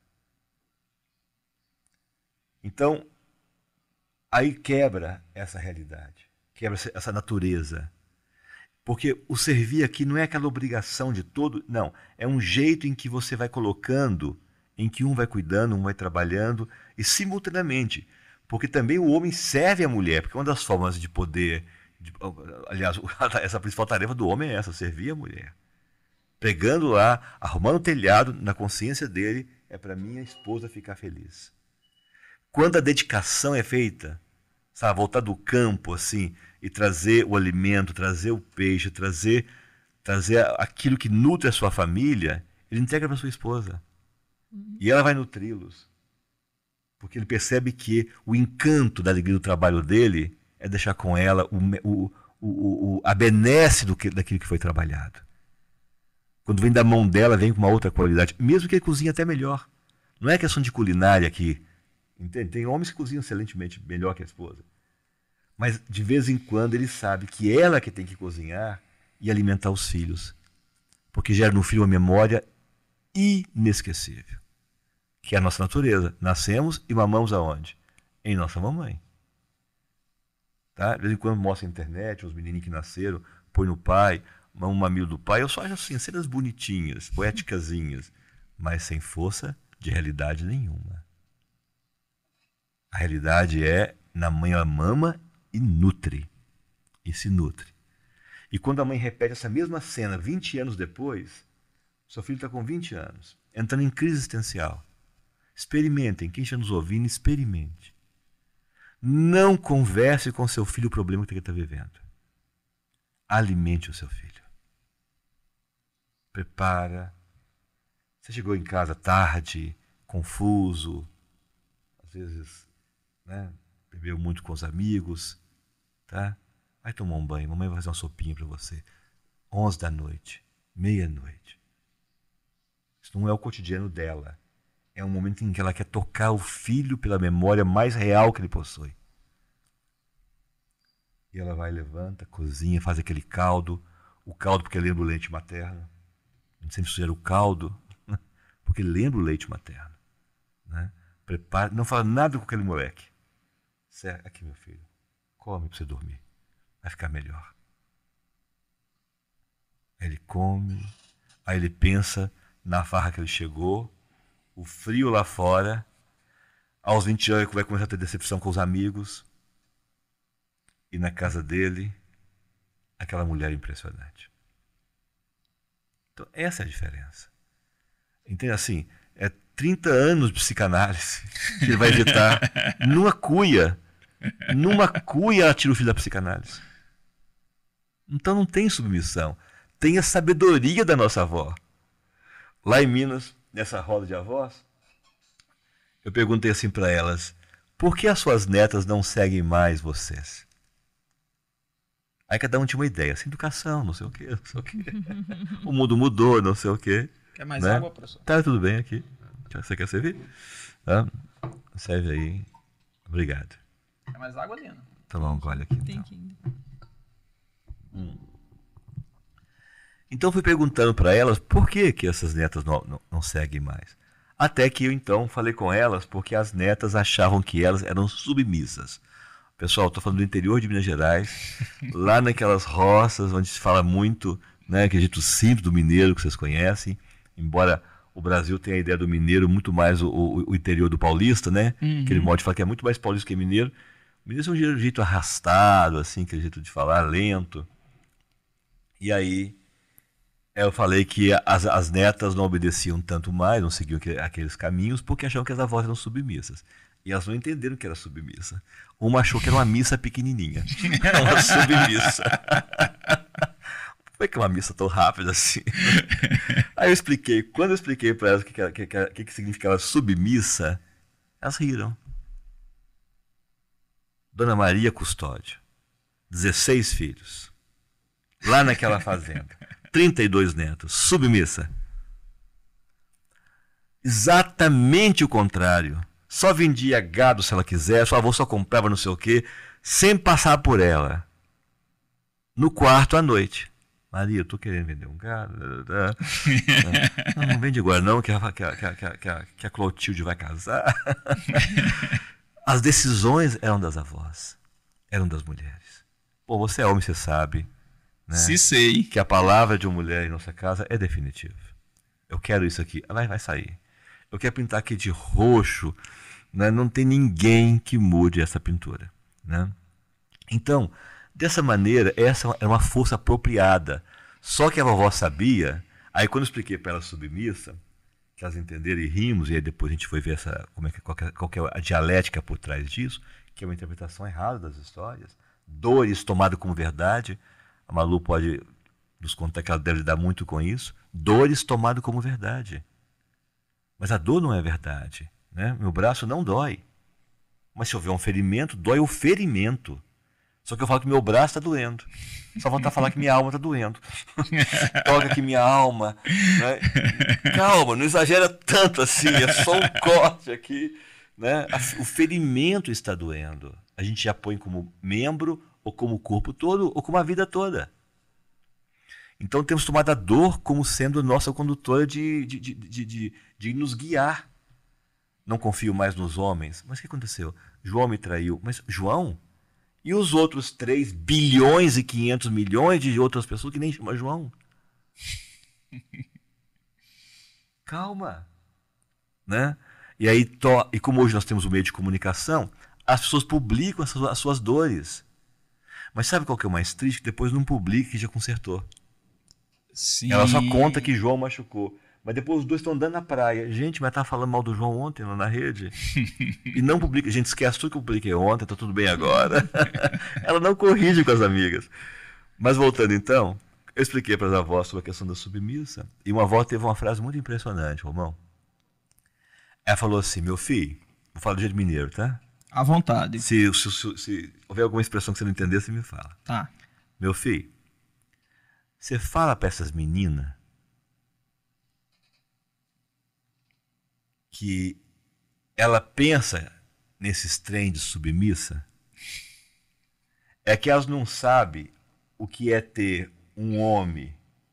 Então, aí quebra essa realidade, quebra essa natureza. Porque o servir aqui não é aquela obrigação de todo, não. É um jeito em que você vai colocando, em que um vai cuidando, um vai trabalhando, e simultaneamente. Porque também o homem serve a mulher, porque uma das formas de poder, de, aliás, essa principal tarefa do homem é essa, servir a mulher. Pregando lá, arrumando o telhado na consciência dele, é para minha esposa ficar feliz. Quando a dedicação é feita, sabe, voltar do campo assim e trazer o alimento, trazer o peixe, trazer, trazer aquilo que nutre a sua família, ele entrega para sua esposa. Uhum. E ela vai nutri-los. Porque ele percebe que o encanto da alegria do trabalho dele é deixar com ela o, o, o, o, a benesse do que, daquilo que foi trabalhado. Quando vem da mão dela, vem com uma outra qualidade. Mesmo que ele cozinhe até melhor. Não é questão de culinária aqui. Entende? Tem homens que cozinham excelentemente melhor que a esposa. Mas de vez em quando ele sabe que ela que tem que cozinhar e alimentar os filhos. Porque gera no filho uma memória inesquecível. Que é a nossa natureza. Nascemos e mamamos aonde? Em nossa mamãe. Tá? De vez em quando mostra na internet, os menininhos que nasceram, põe no pai, mama o mamilo do pai. Eu só acho assim, cenas bonitinhas, poéticazinhas, mas sem força de realidade nenhuma. A realidade é, na mãe ela mama e nutre. E se nutre. E quando a mãe repete essa mesma cena vinte anos depois, seu filho está com vinte anos, entrando em crise existencial. Experimentem, quem está nos ouvindo, experimente. Não converse com seu filho o problema que ele está vivendo. Alimente o seu filho. Prepara. Você chegou em casa tarde, confuso, às vezes, né, bebeu muito com os amigos, tá? Vai tomar um banho, mamãe vai fazer uma sopinha para você. Onze da noite, meia-noite. Isso não é o cotidiano dela. É um momento em que ela quer tocar o filho pela memória mais real que ele possui. E ela vai, levanta, cozinha, faz aquele caldo. O caldo porque lembra o leite materno. A gente sempre sugere o caldo, né? Porque lembra o leite materno. Né? Prepara, não fala nada com aquele moleque. Certo? Aqui, meu filho, come para você dormir. Vai ficar melhor. Aí ele come, aí ele pensa na farra que ele chegou, o frio lá fora, aos vinte anos ele vai começar a ter decepção com os amigos, e na casa dele, aquela mulher impressionante. Então, essa é a diferença. Entende assim? É trinta anos de psicanálise que ele vai evitar numa cuia. Numa cuia ela tira o filho da psicanálise. Então não tem submissão. Tem a sabedoria da nossa avó. Lá em Minas, nessa roda de avós, eu perguntei assim para elas: por que as suas netas não seguem mais vocês? Aí cada um tinha uma ideia, assim, educação, não sei o quê, não sei o quê. O mundo mudou, não sei o quê. Quer mais né? água, professor? Tá, tudo bem aqui. Você quer servir? Tá? Serve aí. Obrigado. Quer mais água, Diana? Tomar um gole aqui. Tem Então. que... Hum. Então fui perguntando para elas por que, que essas netas não, não, não seguem mais. Até que eu então falei com elas porque as netas achavam que elas eram submissas. Pessoal, estou falando do interior de Minas Gerais, lá naquelas roças onde se fala muito, né, aquele jeito simples do mineiro que vocês conhecem, embora o Brasil tenha a ideia do mineiro muito mais o, o, o interior do paulista, né? Uhum. Aquele modo de falar que é muito mais paulista que mineiro. O mineiro é um jeito arrastado, assim, aquele jeito de falar lento. E aí eu falei que as, as netas não obedeciam tanto mais, não seguiam aqueles caminhos, porque achavam que as avós eram submissas. E elas não entenderam que era submissa. Uma achou que era uma missa pequenininha. Uma submissa. Como é que é uma missa tão rápida assim? Aí eu expliquei. Quando eu expliquei para elas o que, que, que, que significava submissa, elas riram. Dona Maria Custódio, dezesseis filhos, lá naquela fazenda, trinta e dois netos, submissa. Exatamente o contrário. Só vendia gado se ela quisesse, sua avó só comprava não sei o quê, sem passar por ela. No quarto à noite. Maria, eu tô querendo vender um gado. Não, não vende agora não, que a, que a, que a, que a, que a Clotilde vai casar. As decisões eram das avós, eram das mulheres. Pô, você é homem, você sabe, né? Se sei. Que a palavra de uma mulher em nossa casa é definitiva. Eu quero isso aqui, ela vai sair. Eu quero pintar aqui de roxo, né? Não tem ninguém que mude essa pintura, né? Então, dessa maneira, essa era uma força apropriada. Só que a vovó sabia, aí quando eu expliquei para ela submissa, que elas entenderam e rimos, e aí depois a gente foi ver essa, como é que, qual, que é, qual que é a dialética por trás disso, que é uma interpretação errada das histórias, dores tomadas como verdade. A Malu pode nos contar que ela deve lidar muito com isso, dores tomadas como verdade. Mas a dor não é verdade, né? Meu braço não dói. Mas se houver um ferimento, dói o ferimento. Só que eu falo que meu braço está doendo. Só voltar a falar que minha alma está doendo. Toca aqui minha alma. Né? Calma, não exagera tanto assim. É só um corte aqui. Né? O ferimento está doendo. A gente já põe como membro, ou como corpo todo, ou como a vida toda. Então temos tomado a dor como sendo nossa condutora de, de, de, de, de, de nos guiar. Não confio mais nos homens. Mas o que aconteceu? João me traiu. Mas João? E os outros três bilhões e quinhentos milhões de outras pessoas que nem chamam João? Calma. Né? E, aí, to... e como hoje nós temos o meio de comunicação, as pessoas publicam as suas, as suas dores. Mas sabe qual que é o mais triste? Que depois não publica que já consertou. Sim. Ela só conta que João machucou. Mas depois os dois estão andando na praia. Gente, mas estava falando mal do João ontem lá na rede. E não publica. Gente, esquece tudo que eu publiquei ontem, está tudo bem agora. Ela não corrige com as amigas. Mas voltando então, eu expliquei para as avós sobre a questão da submissa. E uma avó teve uma frase muito impressionante, Romão. Ela falou assim: meu filho, vou falar do jeito mineiro, tá? À vontade. Se, se, se, se houver alguma expressão que você não entender, você me fala. Tá. Meu filho, você fala para essas meninas que ela pensa nesses trem de submissa, é que elas não sabem o que é ter um homem,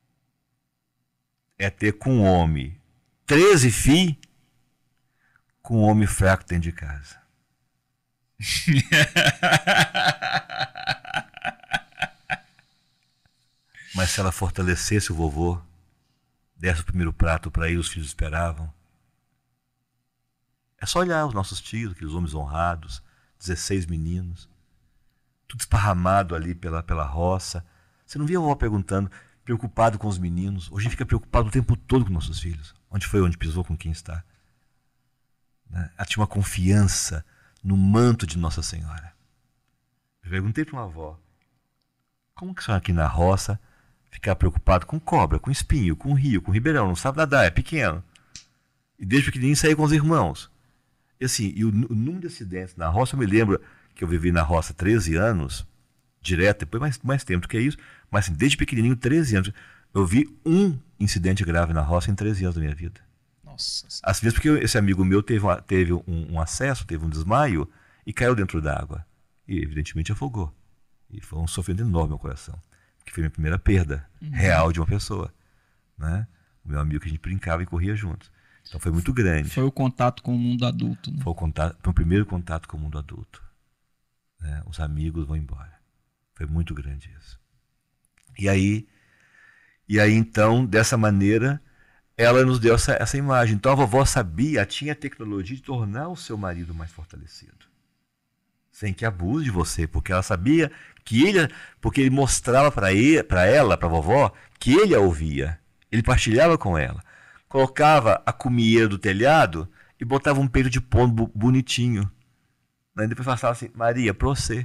é ter com um homem treze filhos, com um homem fraco dentro de casa. Mas se ela fortalecesse o vovô, desse o primeiro prato para ele, os filhos esperavam. É só olhar os nossos tios, aqueles homens honrados, dezesseis meninos, tudo esparramado ali pela, pela roça. Você não via a vovó perguntando, preocupado com os meninos. Hoje a gente fica preocupado o tempo todo com nossos filhos. Onde foi, onde pisou, com quem está. Né? Ela tinha uma confiança no manto de Nossa Senhora. Eu perguntei para uma avó, como que a senhora aqui na roça ficar preocupado com cobra, com espinho, com rio, com ribeirão, não sabe nadar, é pequeno. E desde pequenininho saía com os irmãos. E assim, e o, o número de acidentes na roça, eu me lembro que eu vivi na roça treze anos, direto, depois mais, mais tempo do que isso, mas assim, desde pequenininho, treze anos, eu vi um incidente grave na roça em treze anos da minha vida. Nossa. Às vezes porque esse amigo meu teve, uma, teve um, um acesso, teve um desmaio e caiu dentro d'água. E evidentemente afogou. E foi um sofrimento enorme ao coração. Porque foi a minha primeira perda uhum. real de uma pessoa. Né? O meu amigo que a gente brincava e corria juntos. Então foi muito grande. Foi o contato com o mundo adulto. Né? Foi o, contato, foi o primeiro contato com o mundo adulto. Né? Os amigos vão embora. Foi muito grande isso. E aí, e aí então, dessa maneira, ela nos deu essa, essa imagem. Então a vovó sabia, tinha a tecnologia de tornar o seu marido mais fortalecido. Sem que abuse de você, porque ela sabia que ele, porque ele mostrava para ela, para a vovó, que ele a ouvia. Ele partilhava com ela. Colocava a comieira do telhado e botava um peito de pombo bonitinho. Né? E depois passava assim, Maria, pra você.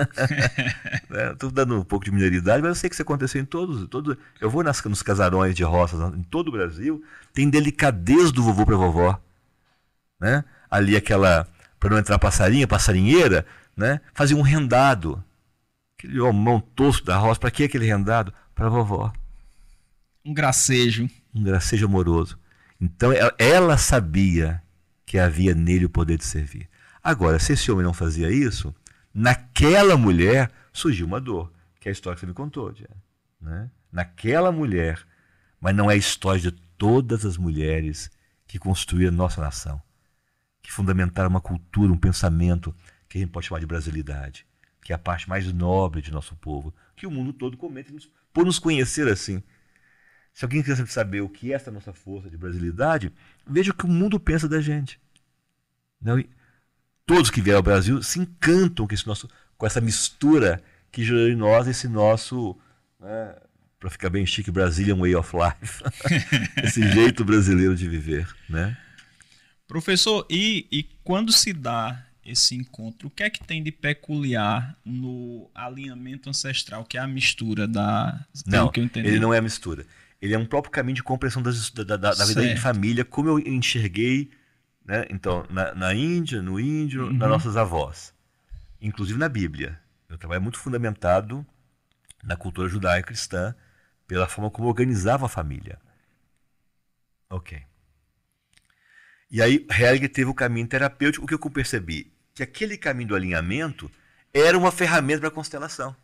Estou dando um pouco de mineridade, mas eu sei que isso aconteceu em todos. todos eu vou nas, nos casarões de roças em todo o Brasil, tem delicadeza do vovô para a vovó. Né? Ali aquela, para não entrar passarinha, passarinheira, né? Fazia um rendado. Aquele homão tosco da roça, para que aquele rendado? Para a vovó. Um gracejo. Um gracejo amoroso. Então ela, ela sabia que havia nele o poder de servir. Agora, se esse homem não fazia isso, naquela mulher surgiu uma dor, que é a história que você me contou, Diana. né? Naquela mulher, mas não é a história de todas as mulheres que construíram a nossa nação, que fundamentaram uma cultura, um pensamento que a gente pode chamar de brasilidade, que é a parte mais nobre de nosso povo, que o mundo todo comenta por nos conhecer assim. Se alguém quiser saber o que é essa nossa força de brasilidade, veja o que o mundo pensa da gente. Não? Todos que vieram ao Brasil se encantam com, esse nosso, com essa mistura que gerou em nós esse nosso, né, para ficar bem chique, Brazilian way of life, esse jeito brasileiro de viver, né? Professor, e, e quando se dá esse encontro, o que é que tem de peculiar no alinhamento ancestral, que é a mistura da... Não, que eu entendi. Ele não é a mistura. Ele é um próprio caminho de compreensão das, da, da, da vida em família, como eu enxerguei, né? Então, na, na Índia, no índio, uhum. nas nossas avós. Inclusive na Bíblia. Meu trabalho é muito fundamentado na cultura judaico-cristã, pela forma como organizava a família. Ok. E aí, Helge teve o caminho terapêutico. O que eu percebi? Que aquele caminho do alinhamento era uma ferramenta para a constelação.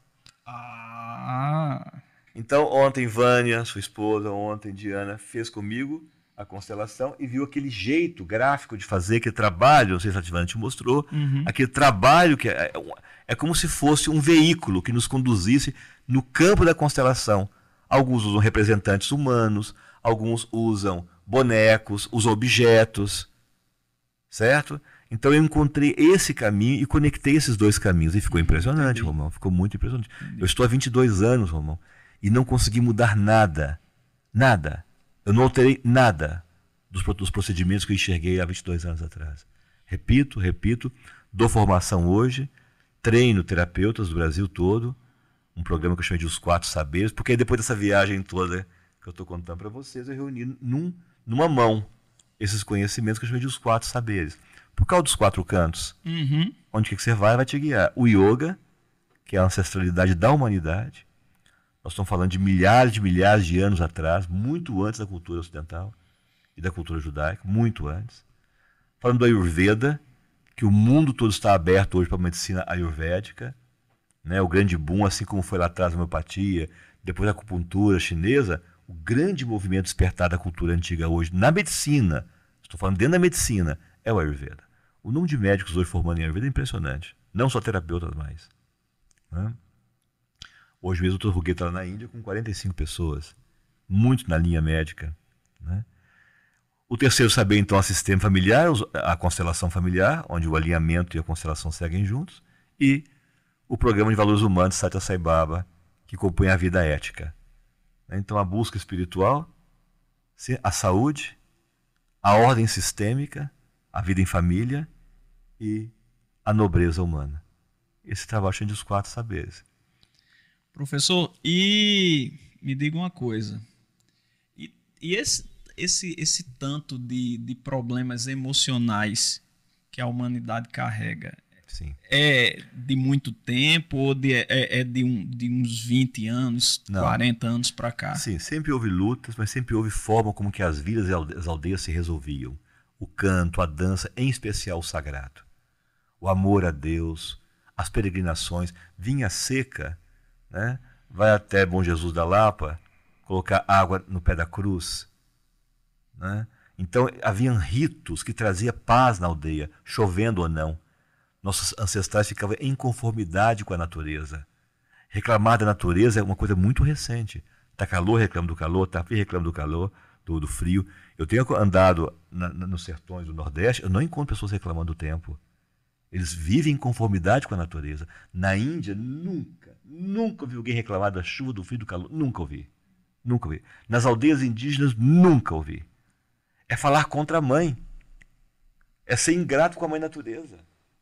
Ah. Então, ontem, Vânia, sua esposa, ontem, Diana, fez comigo a constelação e viu aquele jeito gráfico de fazer, aquele trabalho, não sei se a Tivana te mostrou, uhum. aquele trabalho que é, é como se fosse um veículo que nos conduzisse no campo da constelação. Alguns usam representantes humanos, alguns usam bonecos, usam objetos, certo? Então eu encontrei esse caminho e conectei esses dois caminhos e ficou impressionante, Entendi. Romão, ficou muito impressionante. Entendi. Eu estou há vinte e dois anos, Romão, e não consegui mudar nada, nada. Eu não alterei nada dos, dos procedimentos que eu enxerguei há vinte e dois anos atrás. Repito, repito, dou formação hoje, treino terapeutas do Brasil todo, um programa que eu chamei de Os Quatro Saberes, porque depois dessa viagem toda que eu estou contando para vocês, eu reuni num, numa mão esses conhecimentos que eu chamei de Os Quatro Saberes. Por causa dos quatro cantos, uhum. onde que você vai, vai te guiar. O yoga, que é a ancestralidade da humanidade. Nós estamos falando de milhares de milhares de anos atrás, muito antes da cultura ocidental e da cultura judaica, muito antes. Falando do Ayurveda, que o mundo todo está aberto hoje para a medicina ayurvédica, né? O grande boom, assim como foi lá atrás a homeopatia, depois a acupuntura chinesa, o grande movimento despertar da cultura antiga hoje na medicina, estou falando dentro da medicina, é o Ayurveda. O número de médicos hoje formando em Ayurveda é impressionante. Não só terapeutas mais. Né? Hoje mesmo o doutor Ruguet está lá na Índia com quarenta e cinco pessoas. Muito na linha médica. Né? O terceiro saber, então, é o sistema familiar, a constelação familiar, onde o alinhamento e a constelação seguem juntos. E o programa de valores humanos, Satya Sai Baba, que compõe a vida ética. Então, a busca espiritual, a saúde, a ordem sistêmica, a vida em família e a nobreza humana. Esse trabalho chama de Os Quatro Saberes. Professor, e me diga uma coisa. E, e esse, esse, esse tanto de, de problemas emocionais que a humanidade carrega, Sim. é de muito tempo ou de, é, é de, um, de uns vinte anos, Não. quarenta anos para cá? Sim, sempre houve lutas, mas sempre houve forma como que as vilas e as aldeias se resolviam. O canto, a dança, em especial o sagrado. O amor a Deus, as peregrinações, vinha seca, né? Vai até Bom Jesus da Lapa, colocar água no pé da cruz. Né? Então, haviam ritos que traziam paz na aldeia, chovendo ou não. Nossos ancestrais ficavam em conformidade com a natureza. Reclamar da natureza é uma coisa muito recente. Está calor, reclama do calor, está frio, reclama do calor, do, do frio. Eu tenho andado na, na, nos sertões do Nordeste, eu não encontro pessoas reclamando do tempo. Eles vivem em conformidade com a natureza. Na Índia, nunca, nunca ouvi alguém reclamar da chuva, do frio, do calor. Nunca ouvi. Nunca ouvi. Nas aldeias indígenas, nunca ouvi. É falar contra a mãe. É ser ingrato com a mãe natureza.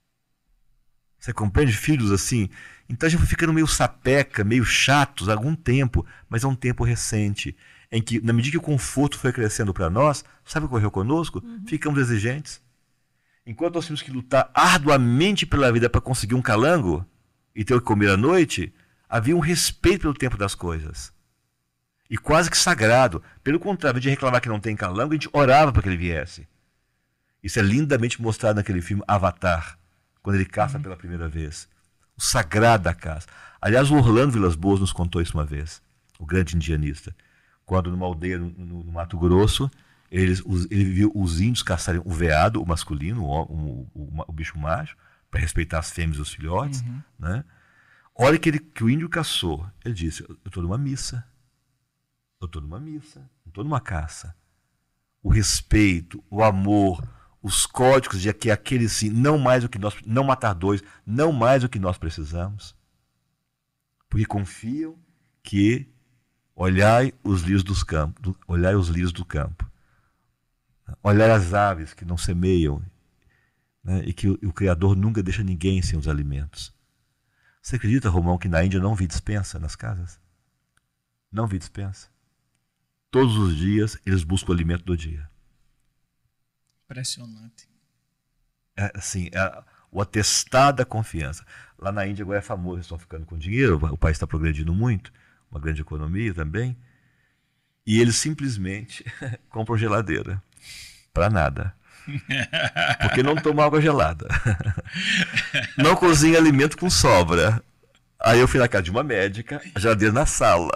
Você compreende? Filhos assim. Então a gente vai ficando meio sapeca, meio chatos há algum tempo, mas é um tempo recente, em que, na medida que o conforto foi crescendo para nós, sabe o que ocorreu conosco? Uhum. Ficamos exigentes. Enquanto nós tínhamos que lutar arduamente pela vida para conseguir um calango e ter o que comer à noite, havia um respeito pelo tempo das coisas. E quase que sagrado. Pelo contrário, de reclamar que não tem calango, a gente orava para que ele viesse. Isso é lindamente mostrado naquele filme Avatar, quando ele caça uhum. pela primeira vez. O sagrado da caça. Aliás, o Orlando Vilas Boas nos contou isso uma vez. o grande indianista, quando numa aldeia no, no, no Mato Grosso, eles, os, ele viu os índios caçarem o veado, o masculino, o, o, o, o bicho macho, para respeitar as fêmeas e os filhotes. Uhum. Né? Olha que, ele, que o índio caçou. Ele disse, eu estou numa missa. Eu estou numa missa, não estou numa caça. O respeito, o amor, os códigos de que aquele sim, não mais o que nós, não matar dois, não mais o que nós precisamos. Porque confiam que olhai os lírios dos campos, olhai os lírios do campo. Olhai as aves que não semeiam, né, e que o, o Criador nunca deixa ninguém sem os alimentos. Você acredita, Romão, que na Índia não vi despensa nas casas? Não vi despensa. Todos os dias eles buscam o alimento do dia. Impressionante. É, assim, é, o atestado da confiança. Lá na Índia agora é famoso, eles estão ficando com dinheiro, o país está progredindo muito, uma grande economia também, e eles simplesmente compram geladeira. Para nada. Porque não tomam água gelada. Não cozinha alimento com sobra. Aí eu fui na casa de uma médica, a geladeira na sala.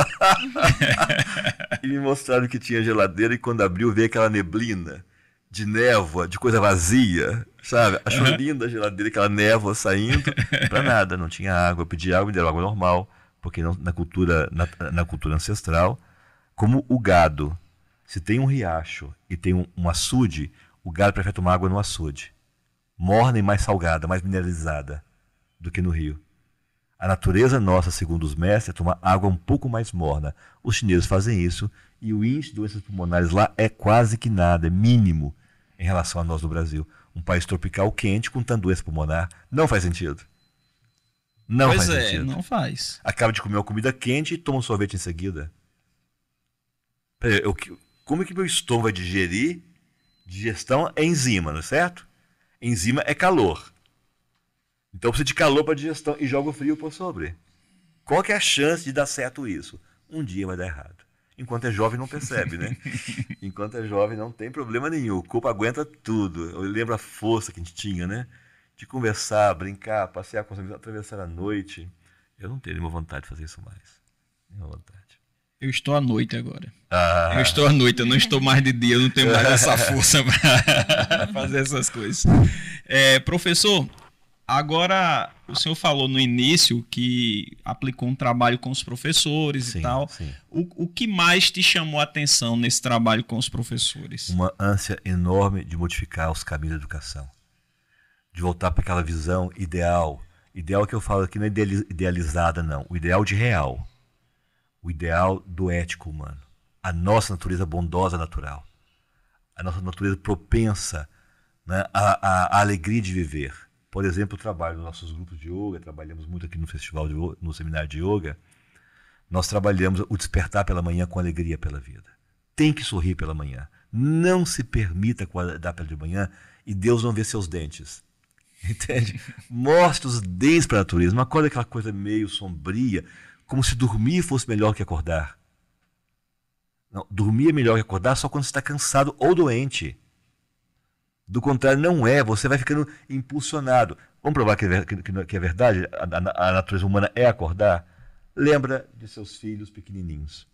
E me mostraram que tinha geladeira, e quando abriu veio aquela neblina de névoa, de coisa vazia, sabe? Achou uhum. linda a geladeira, aquela névoa saindo. Para nada, não tinha água. Eu pedi água, me deram água normal, porque não, na, cultura, na, na cultura ancestral, como o gado, se tem um riacho e tem um, um açude, o gado prefere tomar água no açude. Morna e mais salgada, mais mineralizada do que no rio. A natureza nossa, segundo os mestres, é tomar água um pouco mais morna. Os chineses fazem isso e o índice de doenças pulmonares lá é quase que nada, é mínimo em relação a nós no Brasil. Um país tropical quente com tanta doença pulmonar não faz sentido. Não pois faz é, sentido. Não faz. Acaba de comer uma comida quente e toma um sorvete em seguida. Peraí, eu, como é que meu estômago vai digerir? Digestão é enzima, não é certo? Enzima é calor. Então precisa de calor para digestão e joga o frio por sobre. Qual que é a chance de dar certo isso? Um dia vai dar errado. Enquanto é jovem não percebe, né? Enquanto é jovem não tem problema nenhum. O corpo aguenta tudo. Eu lembro a força que a gente tinha, né? De conversar, brincar, passear com os amigos, atravessar a noite. Eu não tenho nenhuma vontade de fazer isso mais. Nenhuma vontade. Eu estou à noite agora. Ah. Eu estou à noite, eu não estou mais de dia, eu não tenho mais essa força para fazer essas coisas. É, professor, agora o senhor falou no início que aplicou um trabalho com os professores sim, e tal. Sim. O, o que mais te chamou a atenção nesse trabalho com os professores? Uma ânsia enorme de modificar os caminhos da educação. De voltar para aquela visão ideal. Ideal que eu falo aqui não é idealizada, não. O ideal de real. O ideal do ético humano. A nossa natureza bondosa natural. A nossa natureza propensa, né, à, à, à alegria de viver. Por exemplo, o trabalho dos nossos grupos de yoga, trabalhamos muito aqui no festival, de, no seminário de yoga, nós trabalhamos o despertar pela manhã com alegria pela vida. Tem que sorrir pela manhã. Não se permita acordar pela manhã e Deus não vê seus dentes. Entende? Mostre os dentes para a natureza. Não acorda aquela coisa meio sombria, como se dormir fosse melhor que acordar. Não, dormir é melhor que acordar só quando você está cansado ou doente. Do contrário, não é. Você vai ficando impulsionado. Vamos provar que é, que, que é verdade? A, a, a natureza humana é acordar? Lembra de seus filhos pequenininhos.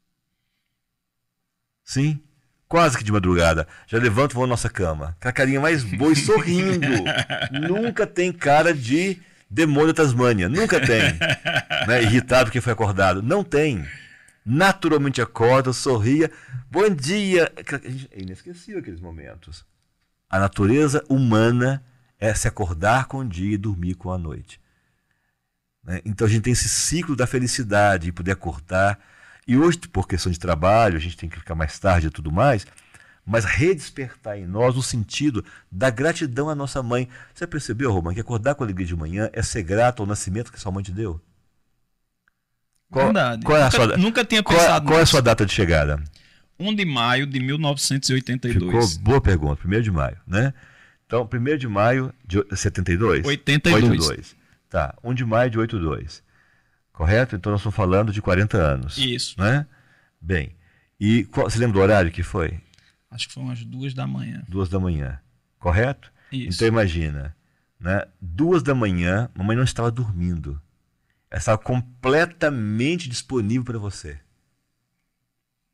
Sim? Quase que de madrugada. Já levantam e vão à nossa cama. Com a carinha mais boa e sorrindo. Nunca tem cara de demônio Tasmânia. Nunca tem. Né? Irritado porque foi acordado. Não tem. Naturalmente acorda, sorria. Bom dia. É inesquecível aqueles momentos. A natureza humana é se acordar com o dia e dormir com a noite. Né? Então a gente tem esse ciclo da felicidade, de poder acordar. E hoje, por questão de trabalho, a gente tem que ficar mais tarde e tudo mais, mas redespertar em nós o sentido da gratidão à nossa mãe. Você percebeu, Romão, que acordar com alegria de manhã é ser grato ao nascimento que sua mãe te deu? Qual, Verdade. Qual é a nunca, sua, nunca tinha qual, pensado Qual é a nisso. sua data de chegada? primeiro de maio de mil novecentos e oitenta e dois. Ficou boa pergunta, primeiro de maio, né? Então, primeiro de maio de setenta e dois? oitenta e dois. oitenta e dois. Tá, primeiro de maio de oitenta e dois. Correto? Então nós estamos falando de quarenta anos. Isso. Né? Bem, e qual, você lembra do horário que foi? Acho que foi umas duas da manhã. Duas da manhã, correto? Isso. Então imagina, né? Duas da manhã, mamãe não estava dormindo. Ela estava completamente disponível para você.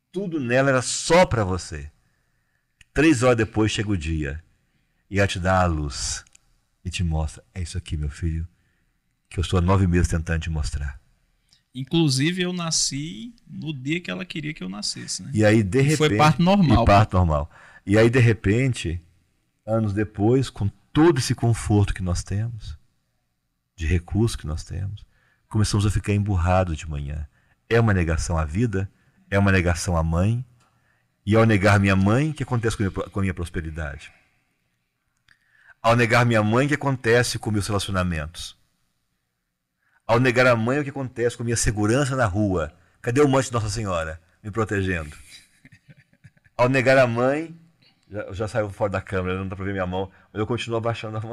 Tudo nela era só para você. Três horas depois chega o dia e ela te dá a luz e te mostra: é isso aqui, meu filho, que eu estou há nove meses tentando te mostrar. Inclusive, eu nasci no dia que ela queria que eu nascesse, né? E aí, de repente... Foi parto normal. E parto normal. E aí, de repente, anos depois, com todo esse conforto que nós temos, de recursos que nós temos, começamos a ficar emburrados de manhã. É uma negação à vida, é uma negação à mãe, e ao negar minha mãe, o que acontece com a minha, com a minha prosperidade? Ao negar minha mãe, o que acontece com meus relacionamentos? Ao negar a mãe, o que acontece com a minha segurança na rua? Cadê o manto de Nossa Senhora me protegendo? Ao negar a mãe, já, já saiu fora da câmera, não dá para ver minha mão, mas eu continuo abaixando a mão.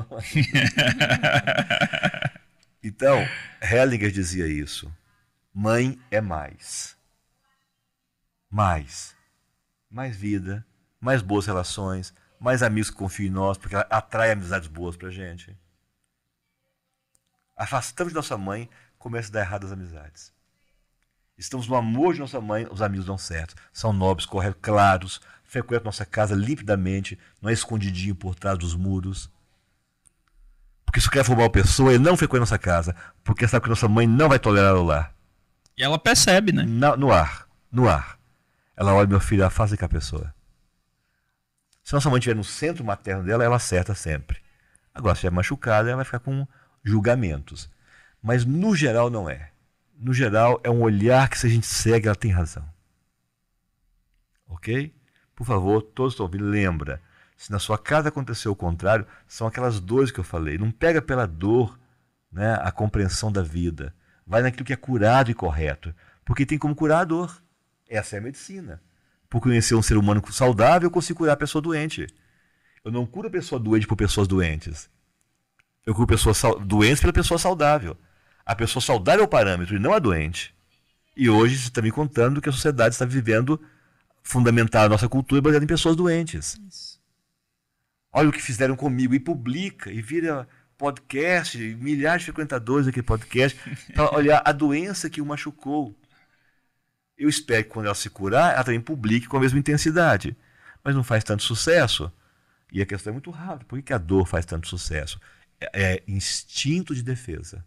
Então, Hellinger dizia isso. Mãe é mais. Mais. Mais vida, mais boas relações, mais amigos que confiam em nós, porque ela atrai amizades boas pra gente. Afastamos de nossa mãe, começa a dar errado as amizades. Estamos no amor de nossa mãe, os amigos dão certo. São nobres, corretos, claros, frequentam nossa casa limpidamente, não é escondidinho por trás dos muros. Porque se quer formar uma pessoa, ele não frequenta nossa casa, porque sabe que nossa mãe não vai tolerar o lar. E ela percebe, né? Na, no ar, no ar. Ela olha: meu filho, afasta com a pessoa. Se nossa mãe estiver no centro materno dela, ela acerta sempre. Agora, se estiver machucada, ela vai ficar com julgamentos. Mas no geral não é. No geral é um olhar que, se a gente segue, ela tem razão. Ok? Por favor, todos estão ouvindo, lembra. Se na sua casa aconteceu o contrário, são aquelas dores que eu falei. Não pega pela dor, né, a compreensão da vida. Vai naquilo que é curado e correto. Porque tem como curar a dor. Essa é a medicina. Por conhecer um ser humano saudável, eu consigo curar a pessoa doente. Eu não curo a pessoa doente por pessoas doentes. Eu curo pessoas doentes pela pessoa saudável. A pessoa saudável é o parâmetro e não a doente. E hoje você está me contando que a sociedade está vivendo, fundamentar a nossa cultura baseada em pessoas doentes. Isso. Olha o que fizeram comigo, e publica, e vira podcast, milhares de frequentadores daquele podcast, para olhar a doença que o machucou. Eu espero que quando ela se curar, ela também publique com a mesma intensidade. Mas não faz tanto sucesso. E a questão é muito rápida. Por que a dor faz tanto sucesso? É, é instinto de defesa.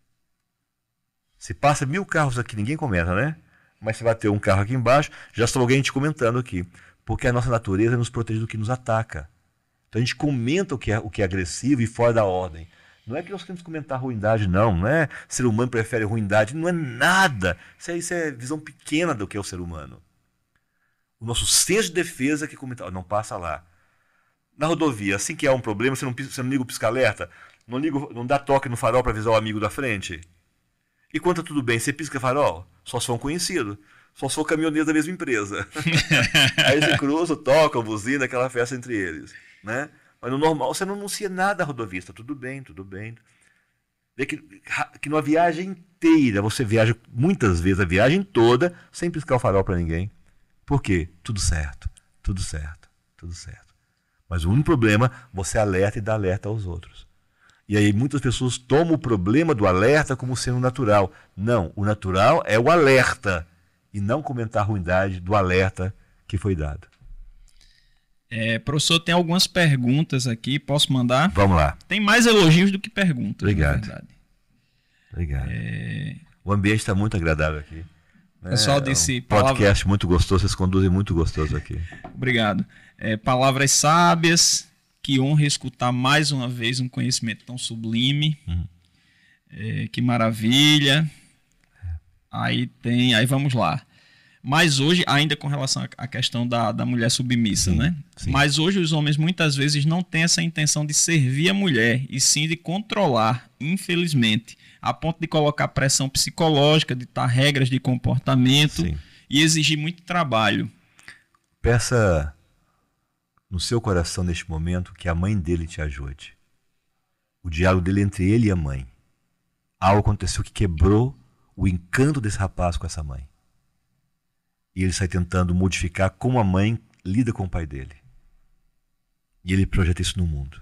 Se passa mil carros aqui, ninguém comenta, né? Mas se bater um carro aqui embaixo, já está alguém te comentando aqui. Porque a nossa natureza nos protege do que nos ataca. Então a gente comenta o que é, o que é agressivo e fora da ordem. Não é que nós queremos comentar ruindade, não. Não é ser humano prefere ruindade. Não é nada. Isso é, isso é visão pequena do que é o ser humano. O nosso senso de defesa é que comenta: não passa lá. Na rodovia, assim que há um problema, você não, você não liga o pisca-alerta? Não, liga, não dá toque no farol para avisar o amigo da frente? E quando tá tudo bem, você pisca farol? Só se for um conhecido. Só se for caminhoneiro da mesma empresa. Aí você cruza, toca, buzina, aquela festa entre eles. Né? Mas no normal você não anuncia nada à rodovia. Tá tudo bem, tudo bem. Vê que, que numa viagem inteira, você viaja muitas vezes a viagem toda sem piscar o farol para ninguém. Por quê? Tudo certo, tudo certo, tudo certo. Mas o único problema, você alerta e dá alerta aos outros. E aí muitas pessoas tomam o problema do alerta como sendo natural. Não, o natural é o alerta e não comentar a ruindade do alerta que foi dado. É, professor, tem algumas perguntas aqui, posso mandar? Vamos lá. Tem mais elogios do que perguntas. Obrigado. Na verdade. Obrigado. É... O ambiente está muito agradável aqui. O pessoal disse... É um podcast palavra... muito gostoso, vocês conduzem muito gostoso aqui. Obrigado. É, palavras sábias, que honra escutar mais uma vez um conhecimento tão sublime. Uhum. É, que maravilha. Aí tem, aí vamos lá. Mas hoje, ainda com relação à questão da, da mulher submissa, sim, né? Sim. Mas hoje os homens muitas vezes não têm essa intenção de servir a mulher, e sim de controlar, infelizmente, a ponto de colocar pressão psicológica, de ditar regras de comportamento, sim, e exigir muito trabalho. Peça no seu coração neste momento que a mãe dele te ajude. O diálogo dele entre ele e a mãe. Algo aconteceu que quebrou o encanto desse rapaz com essa mãe. E ele sai tentando modificar como a mãe lida com o pai dele. E ele projeta isso no mundo.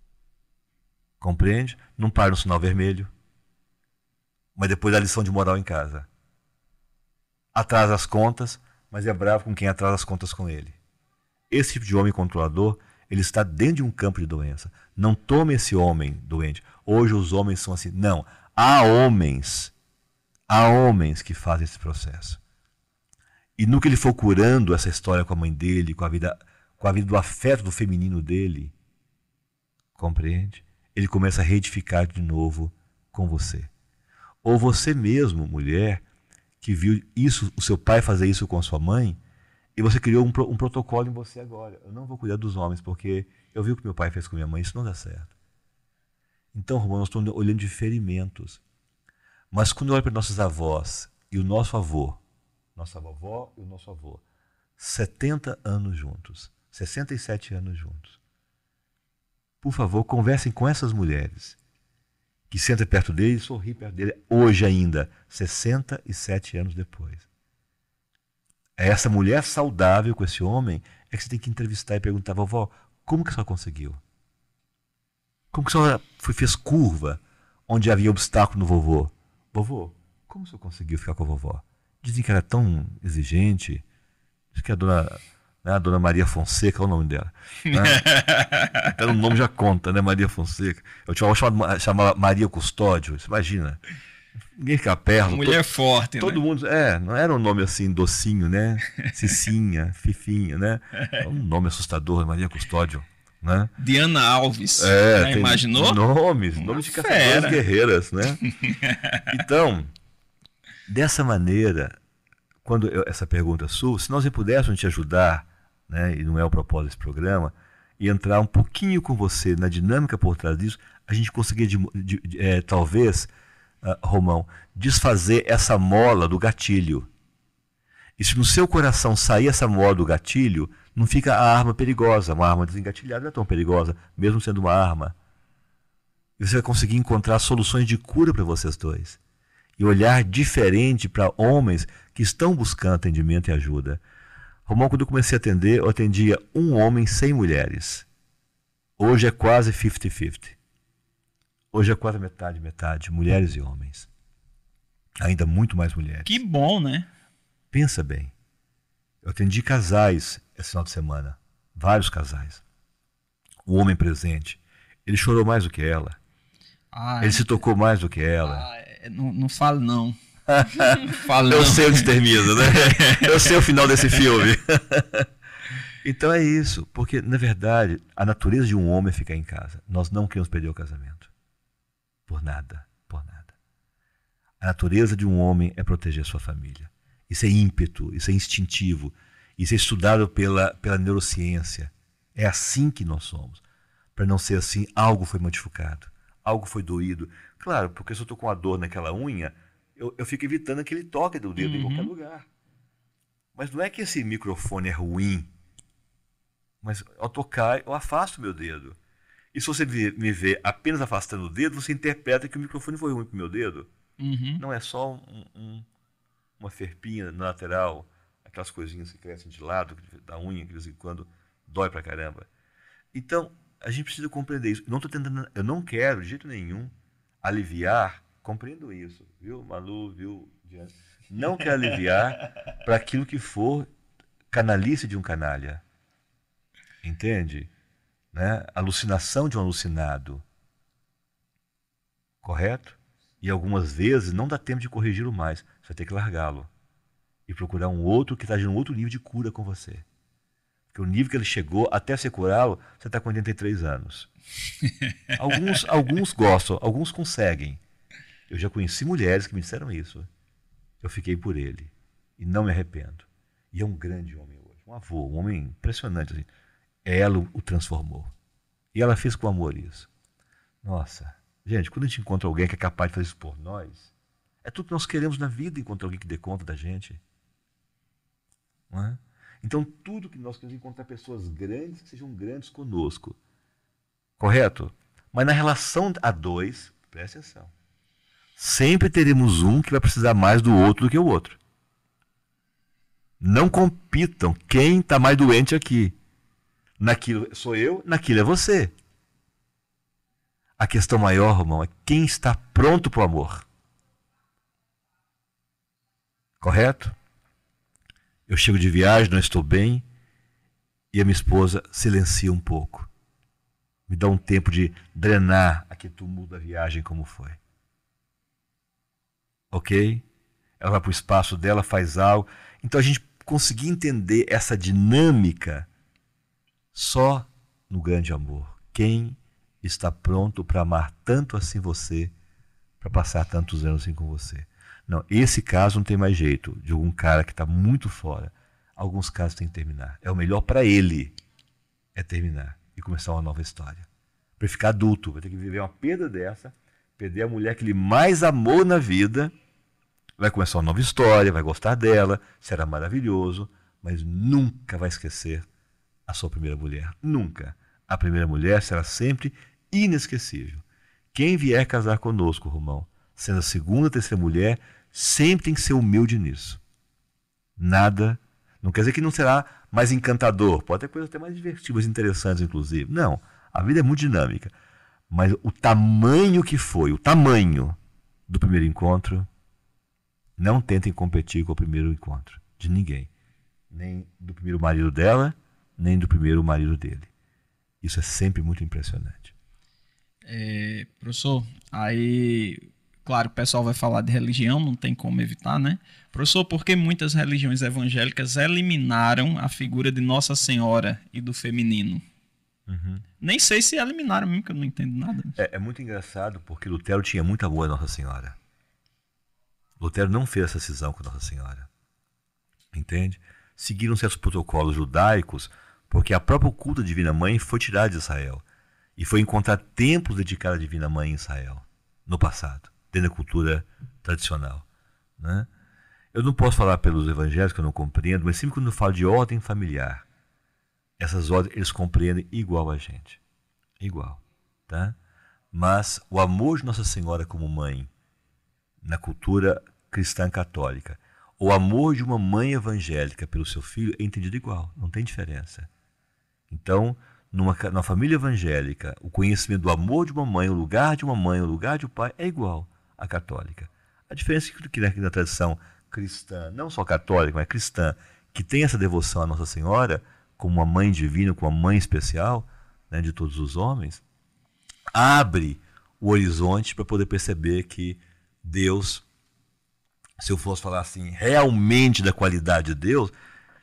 Compreende? Não para no sinal vermelho, mas depois dá lição de moral em casa. Atrasa as contas, mas é bravo com quem atrasa as contas com ele. Esse tipo de homem controlador, ele está dentro de um campo de doença. Não tome esse homem doente. Hoje os homens são assim. Não. Há homens, há homens que fazem esse processo. E no que ele for curando essa história com a mãe dele, com a vida, com a vida do afeto do feminino dele, compreende? Ele começa a reedificar de novo com você. Ou você mesmo, mulher, que viu isso, o seu pai fazer isso com a sua mãe, e você criou um, um protocolo em você agora. Eu não vou cuidar dos homens, porque eu vi o que meu pai fez com minha mãe, isso não dá certo. Então, Romão, nós estamos olhando de ferimentos. Mas quando eu olho para nossos avós e o nosso avô, nossa vovó e o nosso avô, setenta anos juntos, sessenta e sete anos juntos, por favor, conversem com essas mulheres que sentam perto dele e sorri perto dele, hoje ainda, sessenta e sete anos depois. É essa mulher saudável com esse homem é que você tem que entrevistar e perguntar, vovó, como que a senhora conseguiu? Como que a senhora foi, fez curva onde havia obstáculo no vovô? Vovô, como o senhor conseguiu ficar com a vovó? Dizem que era tão exigente. Diz que a dona, né, a dona Maria Fonseca, é o nome dela. Né? Até o nome já conta, né? Maria Fonseca. Eu tinha uma chamada, chamava Maria Custódio, você imagina. Ninguém fica perto. Mulher todo, forte, todo né? mundo, é, não era um nome assim, docinho, né? Cicinha, Fifinha, né? É um nome assustador, Maria Custódio. Né? Diana Alves, é, já imaginou? Nomes, nomes de caçadoras guerreiras, né? Então, dessa maneira, quando eu, essa pergunta sua, se nós pudéssemos te ajudar, né, e não é o propósito desse programa, e entrar um pouquinho com você na dinâmica por trás disso, a gente conseguir, de, de, de, é, talvez, uh, Romão, desfazer essa mola do gatilho. E se no seu coração sair essa mola do gatilho, não fica a arma perigosa. Uma arma desengatilhada não é tão perigosa, mesmo sendo uma arma. E você vai conseguir encontrar soluções de cura para vocês dois. E olhar diferente para homens que estão buscando atendimento e ajuda. Romão, quando eu comecei a atender, eu atendia um homem, cem mulheres. Hoje é quase cinquenta cinquenta. Hoje é quase metade, metade, mulheres e homens. Ainda muito mais mulheres. Que bom, né? Pensa bem. Eu atendi casais esse final de semana. Vários casais. O homem presente. Ele chorou mais do que ela. Ai, ele se tocou mais do que ela. Ai, não, não falo não. Falo eu não. sei onde termina, né? Eu sei o final desse filme. Então é isso. Porque, na verdade, a natureza de um homem é ficar em casa. Nós não queremos perder o casamento. Por nada. Por nada. A natureza de um homem é proteger a sua família. Isso é ímpeto, isso é instintivo, isso é estudado pela, pela neurociência. É assim que nós somos. Para não ser assim, algo foi modificado, algo foi doído. Claro, porque se eu estou com a dor naquela unha, eu, eu fico evitando aquele toque do dedo uhum. em qualquer lugar. Mas não é que esse microfone é ruim, mas ao tocar eu afasto o meu dedo. E se você me vê apenas afastando o dedo, você interpreta que o microfone foi ruim para o meu dedo. Uhum. Não é só um... um uma ferpinha na lateral, aquelas coisinhas que crescem de lado, da unha, que de vez em quando dói pra caramba. Então, a gente precisa compreender isso. Eu não tô tentando, eu não quero, de jeito nenhum, aliviar, compreendo isso, viu, Malu, viu, Diana? Não quero aliviar para aquilo que for canalice de um canalha. Entende? Né? Alucinação de um alucinado. Correto? E algumas vezes não dá tempo de corrigi-lo mais. Você vai ter que largá-lo. E procurar um outro que está em um outro nível de cura com você. Porque o nível que ele chegou, até você curá-lo, você está com oitenta e três anos. alguns, alguns gostam, alguns conseguem. Eu já conheci mulheres que me disseram isso. Eu fiquei por ele. E não me arrependo. E é um grande homem hoje. Um avô, um homem impressionante. Assim. Ela o transformou. E ela fez com amor isso. Nossa... Gente, quando a gente encontra alguém que é capaz de fazer isso por nós, é tudo que nós queremos na vida, encontrar alguém que dê conta da gente. Não é? Então, tudo que nós queremos é encontrar pessoas grandes que sejam grandes conosco. Correto? Mas na relação a dois, preste atenção, sempre teremos um que vai precisar mais do outro do que o outro. Não compitam quem está mais doente aqui. Naquilo sou eu, naquilo é você. A questão maior, irmão, é quem está pronto para o amor. Correto? Eu chego de viagem, não estou bem, e a minha esposa silencia um pouco. Me dá um tempo de drenar aquele tumulto da viagem como foi. Ok? Ela vai para o espaço dela, faz algo. Então a gente conseguir entender essa dinâmica só no grande amor. Quem está pronto para amar tanto assim você, para passar tantos anos assim com você? Não, esse caso não tem mais jeito, de algum cara que está muito fora. Alguns casos tem que terminar. É o melhor para ele, é terminar e começar uma nova história. Para ficar adulto, vai ter que viver uma perda dessa, perder a mulher que ele mais amou na vida, vai começar uma nova história, vai gostar dela, será maravilhoso, mas nunca vai esquecer a sua primeira mulher. Nunca. A primeira mulher será sempre inesquecível. Quem vier casar conosco, Romão, sendo a segunda, terceira mulher, sempre tem que ser humilde nisso. Nada, não quer dizer que não será mais encantador, pode ter coisas até mais divertidas, interessantes, inclusive. Não, a vida é muito dinâmica. Mas o tamanho que foi, o tamanho do primeiro encontro, não tentem competir com o primeiro encontro de ninguém. Nem do primeiro marido dela, nem do primeiro marido dele. Isso é sempre muito impressionante. É, professor, aí, claro, o pessoal vai falar de religião, não tem como evitar, né? Professor, por que muitas religiões evangélicas eliminaram a figura de Nossa Senhora e do feminino? Uhum. Nem sei se eliminaram mesmo, que eu não entendo nada. É, é muito engraçado, porque Lutero tinha muito amor a Nossa Senhora. Lutero não fez essa cisão com Nossa Senhora. Entende? Seguiram certos protocolos judaicos, porque a própria culto da Divina Mãe foi tirada de Israel. E foi encontrar templos dedicados à Divina Mãe em Israel, no passado, dentro da cultura tradicional. Né? Eu não posso falar pelos evangélicos, que eu não compreendo, mas sempre quando eu falo de ordem familiar, essas ordens eles compreendem igual a gente. Igual. Tá? Mas o amor de Nossa Senhora como mãe, na cultura cristã católica, o amor de uma mãe evangélica pelo seu filho é entendido igual, não tem diferença. Então, numa, numa família evangélica, o conhecimento do amor de uma mãe, o lugar de uma mãe, o lugar de um pai é igual à católica. A diferença é que na, na tradição cristã, não só católica, mas cristã, que tem essa devoção à Nossa Senhora como uma mãe divina, como uma mãe especial, né, de todos os homens, abre o horizonte para poder perceber que Deus, se eu fosse falar assim, realmente da qualidade de Deus,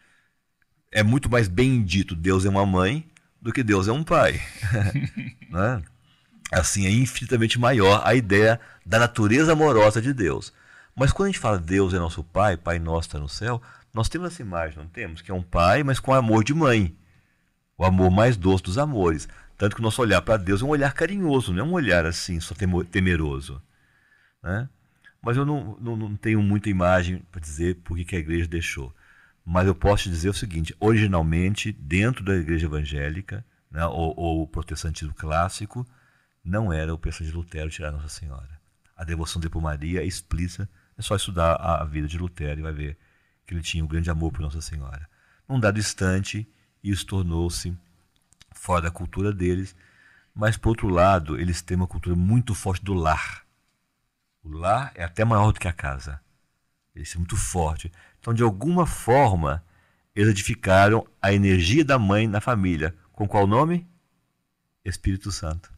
é muito mais bem dito Deus é uma mãe do que Deus é um pai. Né? Assim, é infinitamente maior a ideia da natureza amorosa de Deus. Mas quando a gente fala Deus é nosso pai, Pai nosso está no céu, nós temos essa imagem, não temos? Que é um pai, mas com amor de mãe. O amor mais doce dos amores. Tanto que o nosso olhar para Deus é um olhar carinhoso, não é um olhar assim, só temeroso. Né? Mas eu não, não, não tenho muita imagem para dizer por que a igreja deixou. Mas eu posso te dizer o seguinte, originalmente, dentro da igreja evangélica, né, ou, ou o protestantismo clássico, não era o pensamento de Lutero tirar Nossa Senhora. A devoção de por Maria é explícita, é só estudar a, a vida de Lutero e vai ver que ele tinha um grande amor por Nossa Senhora. Num dado instante, isso tornou-se fora da cultura deles, mas, por outro lado, eles têm uma cultura muito forte do lar. O lar é até maior do que a casa. Eles são muito forte. Então, de alguma forma, eles edificaram a energia da mãe na família. Com qual nome? Espírito Santo.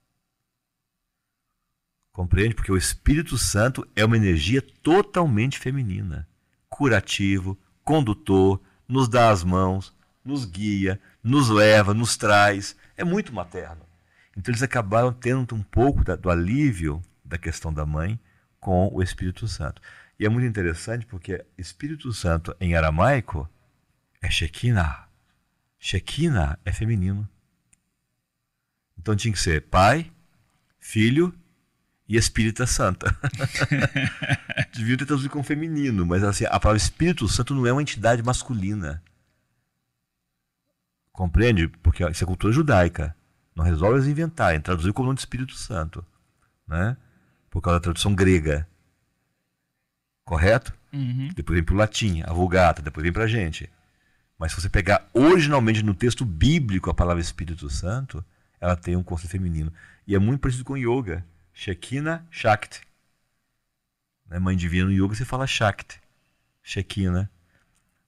Compreende? Porque o Espírito Santo é uma energia totalmente feminina. Curativo, condutor, nos dá as mãos, nos guia, nos leva, nos traz. É muito materno. Então, eles acabaram tendo um pouco da, do alívio da questão da mãe com o Espírito Santo. E é muito interessante porque Espírito Santo em aramaico é Shekinah. Shekinah é feminino. Então tinha que ser Pai, Filho e Espírita Santa. Devia ter traduzido como feminino, mas assim, a palavra Espírito Santo não é uma entidade masculina. Compreende? Porque isso é cultura judaica. Não resolve eles inventarem, traduzir como nome de Espírito Santo. Né? Por causa da tradução grega. Correto? Uhum. Depois vem para o latim, a Vulgata, depois vem para a gente. Mas se você pegar originalmente no texto bíblico a palavra Espírito Santo, ela tem um conceito feminino. E é muito parecido com yoga. Shekinah, Shakti. Né? Mãe divina no yoga você fala Shakti. Shekinah.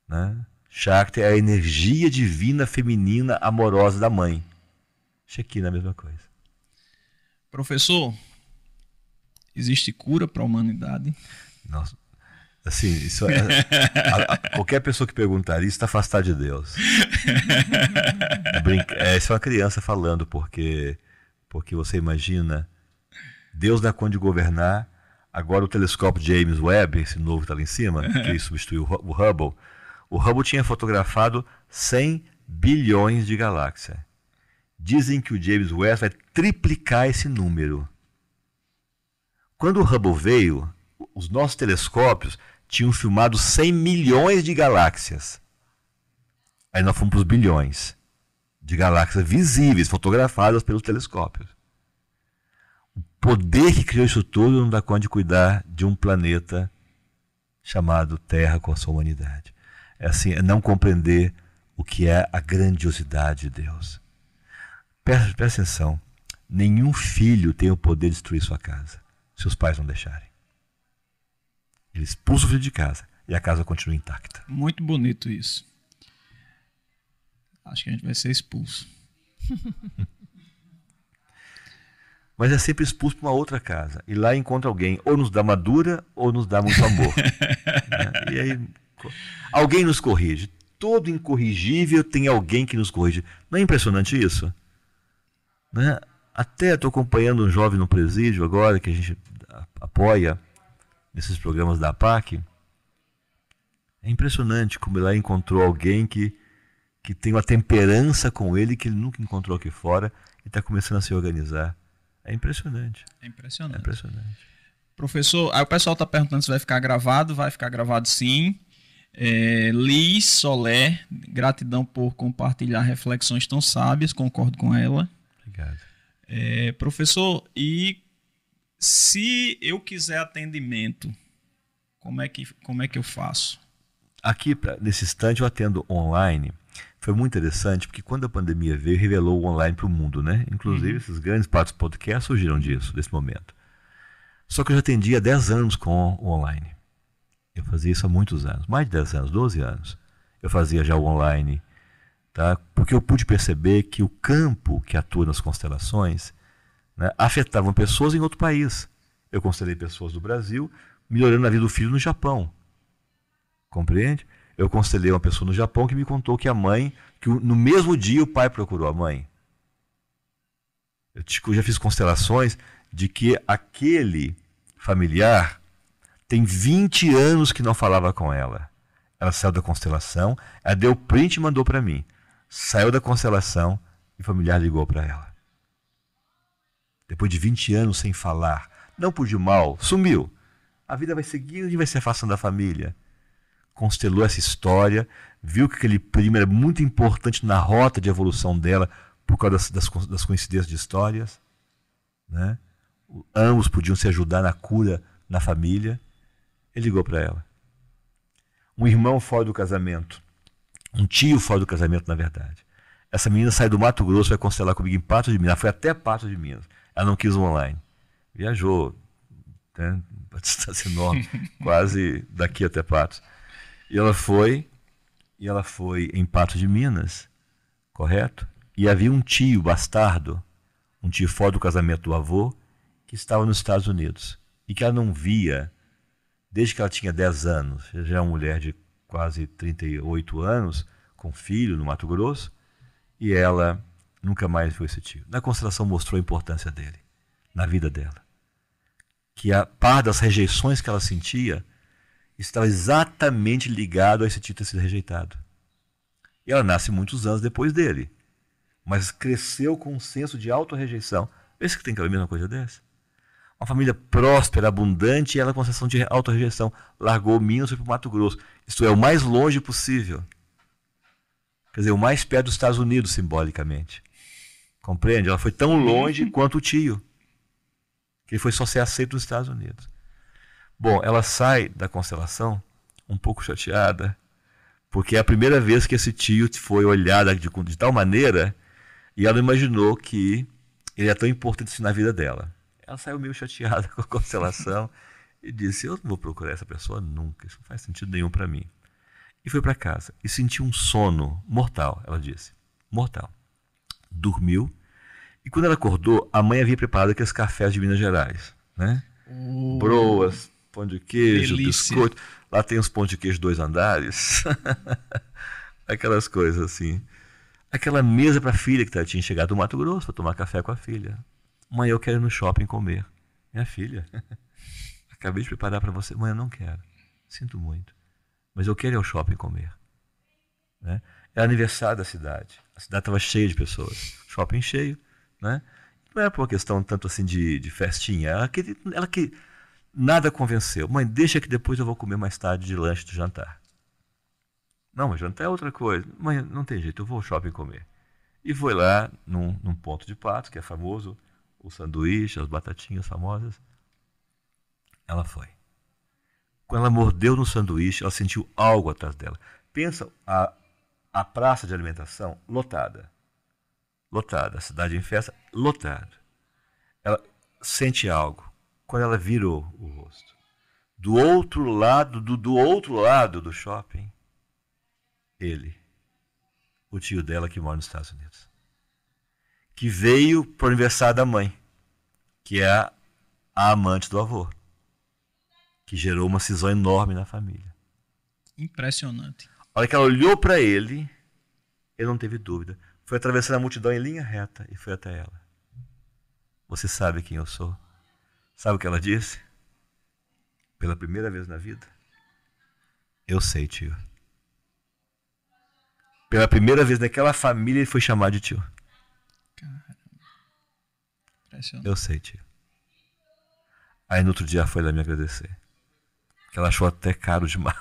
né? Shakti é a energia divina feminina amorosa da mãe. Shekinah é a mesma coisa. Professor, existe cura para a humanidade? Nossa, assim, isso é, a, a, qualquer pessoa que perguntar isso está afastada de Deus. É, brinca, é, isso é uma criança falando, porque, porque você imagina, Deus dá conta de governar. Agora o telescópio James Webb, esse novo que está lá em cima, que substituiu o Hubble, o Hubble tinha fotografado cem bilhões de galáxias. Dizem que o James Webb vai triplicar esse número. Quando o Hubble veio, os nossos telescópios tinham filmado cem milhões de galáxias. Aí nós fomos para os bilhões de galáxias visíveis, fotografadas pelos telescópios. O poder que criou isso tudo não dá conta de cuidar de um planeta chamado Terra com a sua humanidade. É assim, é não compreender o que é a grandiosidade de Deus. Presta, presta atenção, nenhum filho tem o poder de destruir sua casa, se os pais não deixarem. Ele expulsa o filho de casa e a casa continua intacta. Muito bonito isso. Acho que a gente vai ser expulso. Mas é sempre expulso para uma outra casa. E lá encontra alguém, ou nos dá madura, ou nos dá muito amor. Né? E aí, alguém nos corrige. Todo incorrigível tem alguém que nos corrige. Não é impressionante isso? Né? Até estou acompanhando um jovem no presídio agora, que a gente apoia nesses programas da A P A C. É impressionante como ele lá encontrou alguém que, que tem uma temperança com ele que ele nunca encontrou aqui fora e está começando a se organizar. É impressionante. É impressionante. É impressionante. Professor, aí o pessoal está perguntando se vai ficar gravado. Vai ficar gravado sim. É, Liz Soler, gratidão por compartilhar reflexões tão sábias, concordo com ela. Obrigado. É, professor, e se eu quiser atendimento, como é que, como é que eu faço? Aqui, nesse instante, eu atendo online. Foi muito interessante, porque quando a pandemia veio, revelou o online para o mundo, né? Inclusive, uhum. esses grandes partes do podcast surgiram disso, desse momento. Só que eu já atendi há dez anos com o online. Eu fazia isso há muitos anos, mais de dez anos, doze anos. Eu fazia já o online, tá? Porque eu pude perceber que o campo que atua nas constelações, né, afetavam pessoas em outro país. Eu constelei pessoas do Brasil, melhorando a vida do filho no Japão. Compreende? Eu constelei uma pessoa no Japão que me contou que a mãe, que no mesmo dia o pai procurou a mãe. Eu já fiz constelações de que aquele familiar tem vinte anos que não falava com ela. Ela saiu da constelação, ela deu print e mandou para mim. Saiu da constelação e o familiar ligou para ela. Depois de vinte anos sem falar, não por de mal, sumiu. A vida vai seguindo e vai se afastando da família. Constelou essa história, viu que aquele primo era muito importante na rota de evolução dela por causa das, das, das coincidências de histórias, né? Ambos podiam se ajudar na cura na família. Ele ligou para ela. Um irmão fora do casamento, um tio fora do casamento, na verdade. Essa menina sai do Mato Grosso, vai constelar comigo em Patos de Minas. Ela foi até Patos de Minas. Ela não quis o online. Viajou, né? Uma distância enorme, quase daqui até Patos. E ela foi, e ela foi em Patos de Minas, correto? E havia um tio bastardo, um tio fora do casamento do avô, que estava nos Estados Unidos. E que ela não via desde que ela tinha dez anos. Já é uma mulher de quase trinta e oito anos, com filho no Mato Grosso, e ela nunca mais viu esse tio. Na constelação mostrou a importância dele, na vida dela. Que a par das rejeições que ela sentia, estava exatamente ligado a esse tio ter sido rejeitado. E ela nasce muitos anos depois dele, mas cresceu com um senso de auto-rejeição. Esse que tem que ver a mesma coisa dessa? Uma família próspera, abundante, e ela com a sensação de auto-rejeição. Largou Minas e foi para o Mato Grosso. Isto é, o mais longe possível. Quer dizer, o mais perto dos Estados Unidos, simbolicamente. Compreende? Ela foi tão longe quanto o tio, que ele foi só ser aceito nos Estados Unidos. Bom, ela sai da constelação um pouco chateada, porque é a primeira vez que esse tio foi olhado de, de tal maneira, e ela imaginou que ele é tão importante assim na vida dela. Ela saiu meio chateada com a constelação e disse, eu não vou procurar essa pessoa nunca, isso não faz sentido nenhum para mim. E foi para casa. E sentiu um sono mortal, ela disse. Mortal. Dormiu. E quando ela acordou, a mãe havia preparado aqueles cafés de Minas Gerais, né? Oh, broas, pão de queijo, delícia. biscoito. Lá tem uns pão de queijo dois andares. Aquelas coisas assim. Aquela mesa para a filha que tinha chegado do Mato Grosso para tomar café com a filha. Mãe, eu quero ir no shopping comer. Minha filha, acabei de preparar para você. Mãe, eu não quero. Sinto muito. Mas eu quero ir ao shopping comer. Né? Era aniversário da cidade. A cidade estava cheia de pessoas. Shopping cheio. Né? Não era por uma questão tanto assim de, de festinha. Ela que, ela que nada convenceu. Mãe, deixa que depois eu vou comer mais tarde de lanche de jantar. Não, mas jantar é outra coisa. Mãe, não tem jeito, eu vou ao shopping comer. E foi lá num, num ponto de pato, que é famoso, o sanduíche, as batatinhas famosas. Ela foi. Quando ela mordeu no sanduíche, ela sentiu algo atrás dela. Pensa a, a praça de alimentação lotada. Lotada. A cidade em festa, lotada. Ela sente algo. Quando ela virou o rosto. Do outro lado, do, do outro lado do shopping, ele, o tio dela que mora nos Estados Unidos, que veio para o aniversário da mãe, que é a, a amante do avô, que gerou uma cisão enorme na família. Impressionante. A hora que ela olhou para ele, ele não teve dúvida. Foi atravessando a multidão em linha reta e foi até ela. Você sabe quem eu sou? Sabe o que ela disse? Pela primeira vez na vida? Eu sei, tio. Pela primeira vez naquela família ele foi chamado de tio. Caramba. Impressionante. Eu sei, tio. Aí no outro dia ela foi lá me agradecer. Que ela achou até caro demais.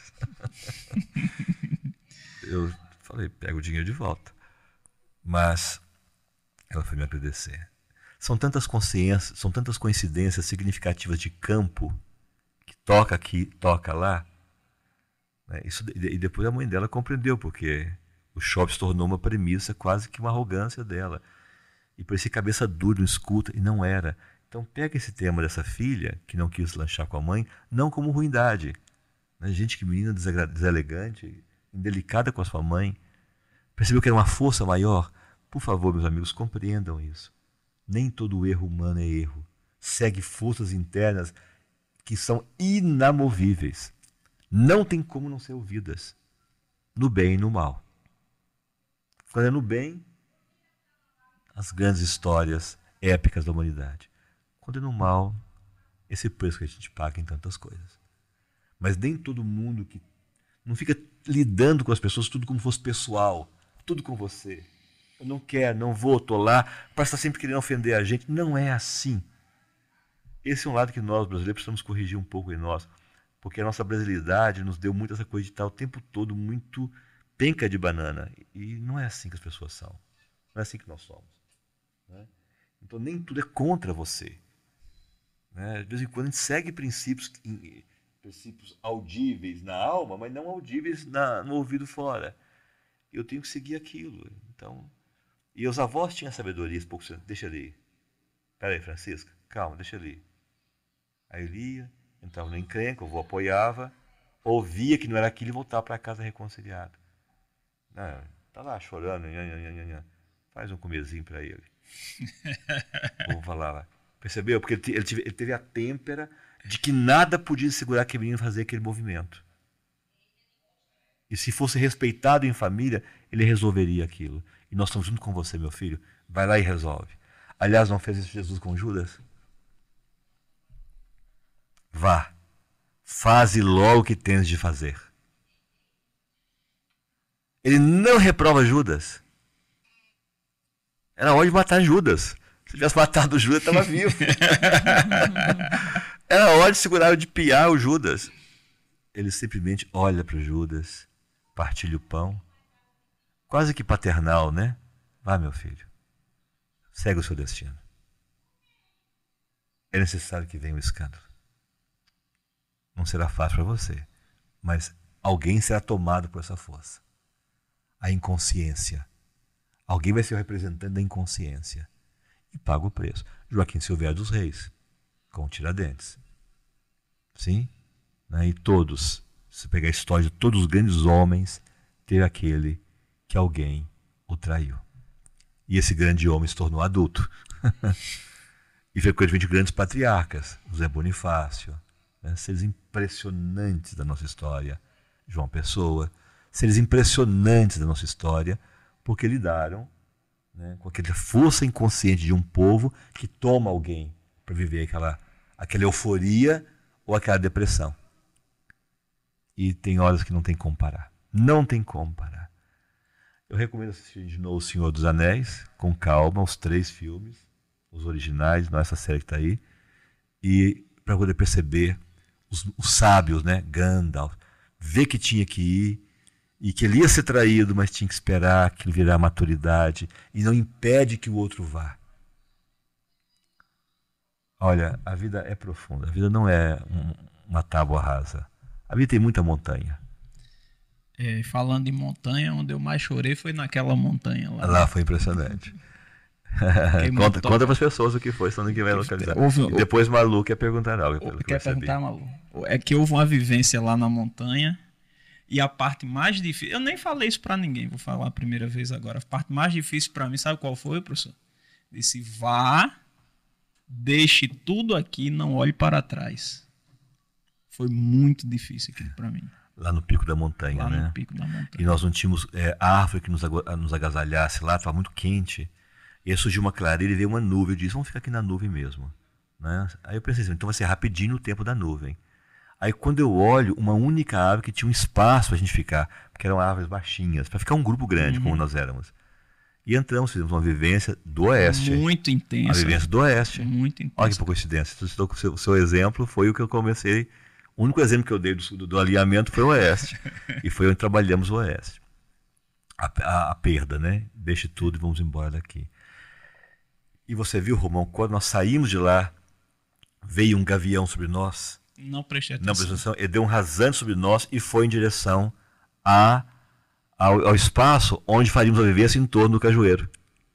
Eu falei, pega o dinheiro de volta. Mas ela foi me agradecer. São tantas consciências, são tantas coincidências significativas de campo, que toca aqui, toca lá. Isso, e depois a mãe dela compreendeu, porque o shopping se tornou uma premissa, quase que uma arrogância dela. E parecia cabeça dura, não escuta, e não era. Então pega esse tema dessa filha, que não quis lanchar com a mãe, não como ruindade. Né? Gente, que menina deselegante, indelicada com a sua mãe. Percebeu que era uma força maior? Por favor, meus amigos, compreendam isso. Nem todo erro humano é erro. Segue forças internas que são inamovíveis. Não tem como não ser ouvidas, no bem e no mal. Quando é no bem, as grandes histórias épicas da humanidade. Quando é no mal, esse preço que a gente paga em tantas coisas. Mas nem todo mundo que não fica lidando com as pessoas tudo como fosse pessoal, tudo com você. Eu não quero, não vou, estou lá, para estar sempre querendo ofender a gente. Não é assim. Esse é um lado que nós, brasileiros, precisamos corrigir um pouco em nós. Porque a nossa brasilidade nos deu muito essa coisa de estar o tempo todo muito penca de banana. E não é assim que as pessoas são. Não é assim que nós somos. Né? Então nem tudo é contra você. Né? De vez em quando a gente segue princípios, princípios audíveis na alma, mas não audíveis na, no ouvido fora. Eu tenho que seguir aquilo. Então, e os avós tinham sabedoria, pouco, deixa ele ir. Peraí, Francisca, calma, deixa ele ir. Aí ele ia, entrava no encrenca, o avô apoiava, ouvia que não era aquilo e voltava para casa reconciliado. Não, tá lá chorando, nha, nha, nha, nha. Faz um comezinho para ele. O avô falava, percebeu? Porque ele, ele, teve, ele teve a têmpera de que nada podia segurar aquele menino fazer aquele movimento. E se fosse respeitado em família, ele resolveria aquilo. E nós estamos junto com você, meu filho. Vai lá e resolve. Aliás, não fez isso Jesus com Judas? Vá, faze logo o que tens de fazer. Ele não reprova Judas. Era hora de matar Judas. Se tivesse matado Judas, estava vivo. Era hora de segurar, de piar o Judas. Ele simplesmente olha para o Judas, partilha o pão. Quase que paternal, né? Vá, meu filho. Segue o seu destino. É necessário que venha um escândalo. Não será fácil para você, mas alguém será tomado por essa força. A inconsciência. Alguém vai ser o representante da inconsciência. E paga o preço. Joaquim Silveira dos Reis, com o Tiradentes. Sim? Né? E todos se pegar a história de todos os grandes homens, teve aquele que alguém o traiu. E esse grande homem se tornou adulto. E frequentemente grandes patriarcas, José Bonifácio, né? Seres impressionantes da nossa história, João Pessoa, seres impressionantes da nossa história, porque lidaram, né, com aquela força inconsciente de um povo que toma alguém para viver aquela, aquela euforia ou aquela depressão. E tem horas que não tem como parar. Não tem como parar. Eu recomendo assistir de novo O Senhor dos Anéis, com calma, os três filmes, os originais, não essa série que está aí, e para poder perceber os, os sábios, né, Gandalf, ver que tinha que ir, e que ele ia ser traído, mas tinha que esperar que ele virar maturidade, e não impede que o outro vá. Olha, a vida é profunda, a vida não é um, uma tábua rasa. A vida tem muita montanha. É, falando em montanha, onde eu mais chorei foi naquela montanha lá. Lá foi impressionante. conta conta para as pessoas o que foi, senão ninguém vai localizar. Houve, e depois o Malu quer perguntar algo. Pelo quer que perguntar, Malu? É que houve uma vivência lá na montanha, e a parte mais difícil... Eu nem falei isso para ninguém, vou falar a primeira vez agora. A parte mais difícil para mim, sabe qual foi, professor? Disse, vá, deixe tudo aqui, não olhe para trás. Foi muito difícil aquilo para mim. Lá no pico da montanha, lá né? No pico da montanha. E nós não tínhamos é, árvore que nos, nos agasalhasse lá, estava muito quente. E aí surgiu uma clareira e veio uma nuvem. Eu disse, vamos ficar aqui na nuvem mesmo. Né? Aí eu pensei assim, então vai ser rapidinho o tempo da nuvem. Aí quando eu olho, uma única árvore que tinha um espaço para a gente ficar, porque eram árvores baixinhas, para ficar um grupo grande, uhum. como nós éramos. E entramos, fizemos uma vivência do Oeste. Muito intensa. A vivência do Oeste. Muito intensa. Olha que coincidência. Estou com o seu, seu exemplo, foi o que eu comecei. O único exemplo que eu dei do, do, do alinhamento foi o Oeste. E foi onde trabalhamos o Oeste. A, a, a perda, né? Deixe tudo e vamos embora daqui. E você viu, Romão, quando nós saímos de lá, veio um gavião sobre nós. Não prestei atenção. Não prestei atenção. Ele deu um rasante sobre nós e foi em direção a, ao, ao espaço onde faríamos a vivência em torno do cajueiro.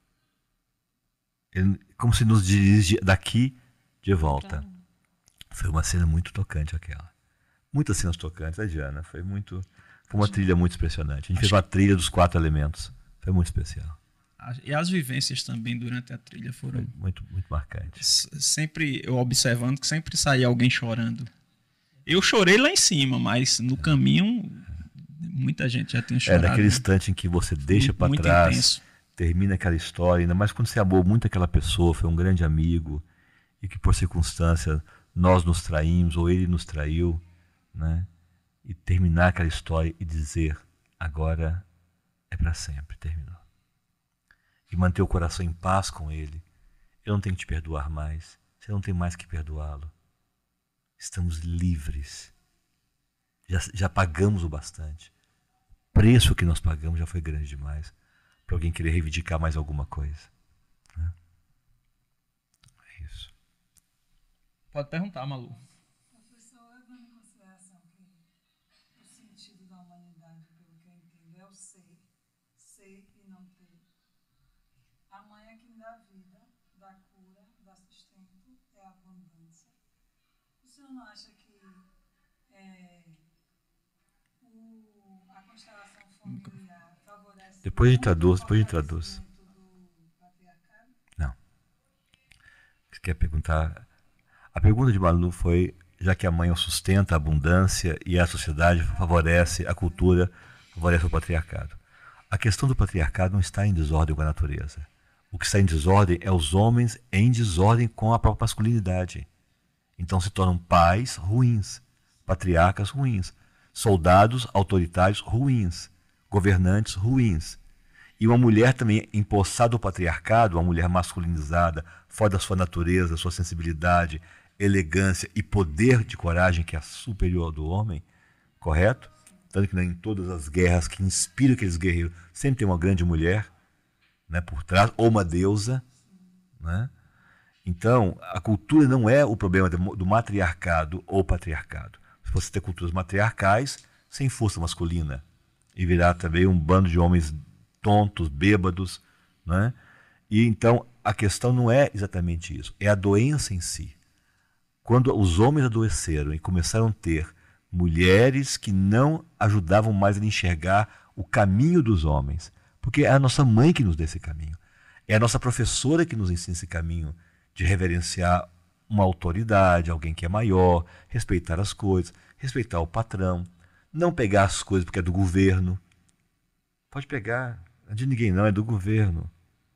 Ele, como se nos dirige daqui de volta. Foi uma cena muito tocante aquela. Muitas cenas tocantes, né, Diana? Foi, muito, foi uma trilha muito impressionante. A gente fez uma trilha dos quatro elementos. Foi muito especial. E as vivências também durante a trilha foram... Foi muito, muito marcantes. Sempre, eu observando que sempre saía alguém chorando. Eu chorei lá em cima, mas no caminho muita gente já tinha chorado. É, naquele instante em que você deixa para trás, intenso. Termina aquela história, ainda mais quando você amou muito aquela pessoa, foi um grande amigo, e que por circunstância nós nos traímos, ou ele nos traiu, né? E terminar aquela história e dizer, agora é para sempre, terminou. E manter o coração em paz com ele. Eu não tenho que te perdoar mais, você não tem mais que perdoá-lo. Estamos livres. Já, já pagamos o bastante. O preço que nós pagamos já foi grande demais para alguém querer reivindicar mais alguma coisa. Né? É isso. Pode perguntar, Malu. Professor, levando em consideração que o sentido da humanidade, pelo que eu entendo, é o ser, ser e não ter. A mãe é quem dá vida, dá cura, dá sustento, é a abundância. O senhor não acha que é, o, a constelação familiar favorece... Depois a gente traduz, depois a gente traduz. Não. Você quer perguntar... A pergunta de Malu foi, já que a mãe o sustenta, a abundância, e a sociedade favorece a cultura, favorece o patriarcado. A questão do patriarcado não está em desordem com a natureza. O que está em desordem é os homens em desordem com a própria masculinidade. Então se tornam pais ruins, patriarcas ruins, soldados autoritários ruins, governantes ruins. E uma mulher também empossada ao patriarcado, uma mulher masculinizada, fora da sua natureza, sua sensibilidade, elegância e poder de coragem que é superior do homem, correto? Tanto que em todas as guerras que inspiram aqueles guerreiros, sempre tem uma grande mulher, né, por trás, ou uma deusa, né? Então, a cultura não é o problema do matriarcado ou patriarcado. Se você ter culturas matriarcais, sem força masculina, e virar também um bando de homens tontos, bêbados, né? E então, a questão não é exatamente isso, é a doença em si. Quando os homens adoeceram e começaram a ter mulheres que não ajudavam mais a enxergar o caminho dos homens, porque é a nossa mãe que nos dá esse caminho, é a nossa professora que nos ensina esse caminho de reverenciar uma autoridade, alguém que é maior, respeitar as coisas, respeitar o patrão, não pegar as coisas porque é do governo. Pode pegar, não é de ninguém não, é do governo.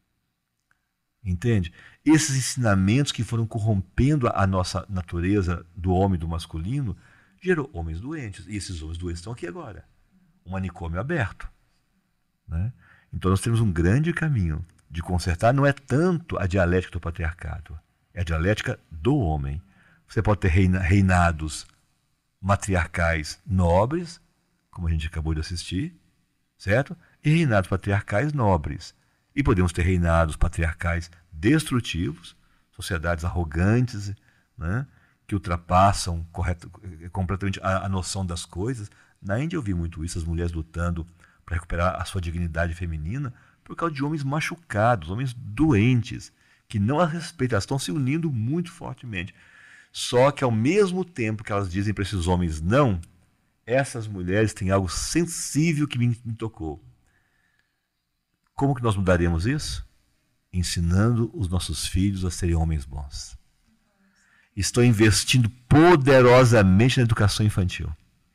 Entende? Esses ensinamentos que foram corrompendo a nossa natureza do homem e do masculino gerou homens doentes. E esses homens doentes estão aqui agora. Um manicômio aberto. Né? Então nós temos um grande caminho de consertar. Não é tanto a dialética do patriarcado. É a dialética do homem. Você pode ter reina, reinados matriarcais nobres, como a gente acabou de assistir, certo? E reinados patriarcais nobres. E podemos ter reinados patriarcais destrutivos, sociedades arrogantes, né, que ultrapassam correto, completamente a, a noção das coisas. Na Índia eu vi muito isso, as mulheres lutando para recuperar a sua dignidade feminina por causa de homens machucados, homens doentes, que não as respeitam, elas estão se unindo muito fortemente. Só que ao mesmo tempo que elas dizem para esses homens não, essas mulheres têm algo sensível que me, me tocou. Como que nós mudaremos isso? Ensinando os nossos filhos a serem homens bons. Estou investindo poderosamente na educação infantil.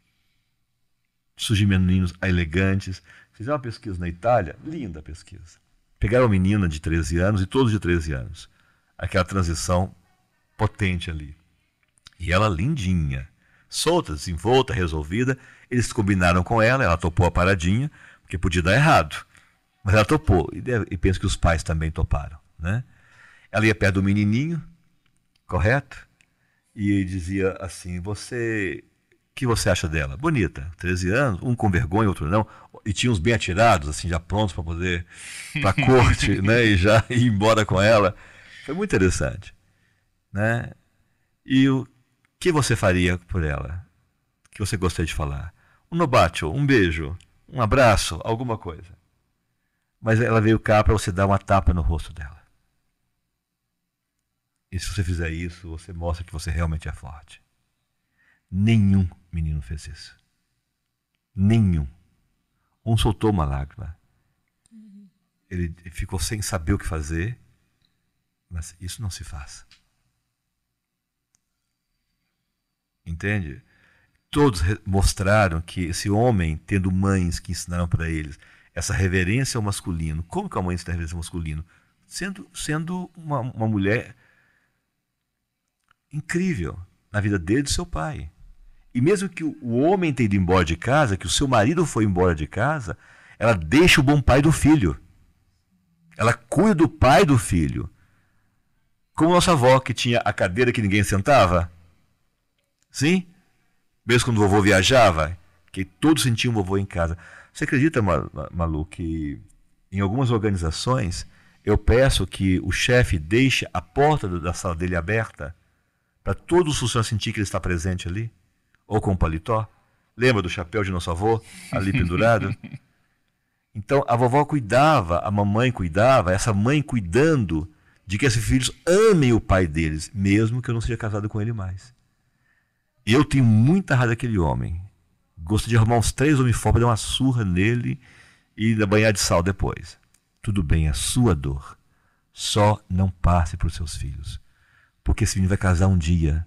Surgem meninos elegantes. Fizeram uma pesquisa na Itália, linda a pesquisa. Pegaram uma menina de treze anos e todos de treze anos. Aquela transição potente ali. E ela lindinha, solta, desenvolta, resolvida. Eles combinaram com ela, ela topou a paradinha, porque podia dar errado. Mas ela topou, e, deve, e penso que os pais também toparam. Né? Ela ia perto do menininho, correto? E dizia assim, você, o que você acha dela? Bonita, treze anos, um com vergonha, outro não. E tinha uns bem atirados, assim, já prontos para poder, para a corte, né? E já ir embora com ela. Foi muito interessante. Né? E o que você faria por ela? O que você gostaria de falar? Um nobacho, um beijo, um abraço, alguma coisa. Mas ela veio cá para você dar uma tapa no rosto dela. E se você fizer isso, você mostra que você realmente é forte. Nenhum menino fez isso. Nenhum. Um soltou uma lágrima. Uhum. Ele ficou sem saber o que fazer. Mas isso não se faz. Entende? Todos mostraram que esse homem, tendo mães que ensinaram para eles essa reverência ao masculino. Como que a mãe ensina a reverência ao masculino? Sendo, sendo uma, uma mulher incrível na vida dele e do seu pai. E mesmo que o, o homem tenha ido embora de casa, que o seu marido foi embora de casa, ela deixa o bom pai do filho. Ela cuida do pai do filho. Como nossa avó, que tinha a cadeira que ninguém sentava. Sim? Mesmo quando o vovô viajava, que todos sentiam o vovô em casa. Você acredita, Malu, que em algumas organizações eu peço que o chefe deixe a porta da sala dele aberta para todos os funcionários sentir que ele está presente ali? Ou com o paletó? Lembra do chapéu de nosso avô ali pendurado? Então a vovó cuidava, a mamãe cuidava, essa mãe cuidando de que esses filhos amem o pai deles, mesmo que eu não seja casado com ele mais. Eu tenho muita raiva daquele homem. Gosto de arrumar uns três homens fora para dar uma surra nele e banhar de sal depois. Tudo bem, é sua dor. Só não passe para os seus filhos. Porque esse menino vai casar um dia.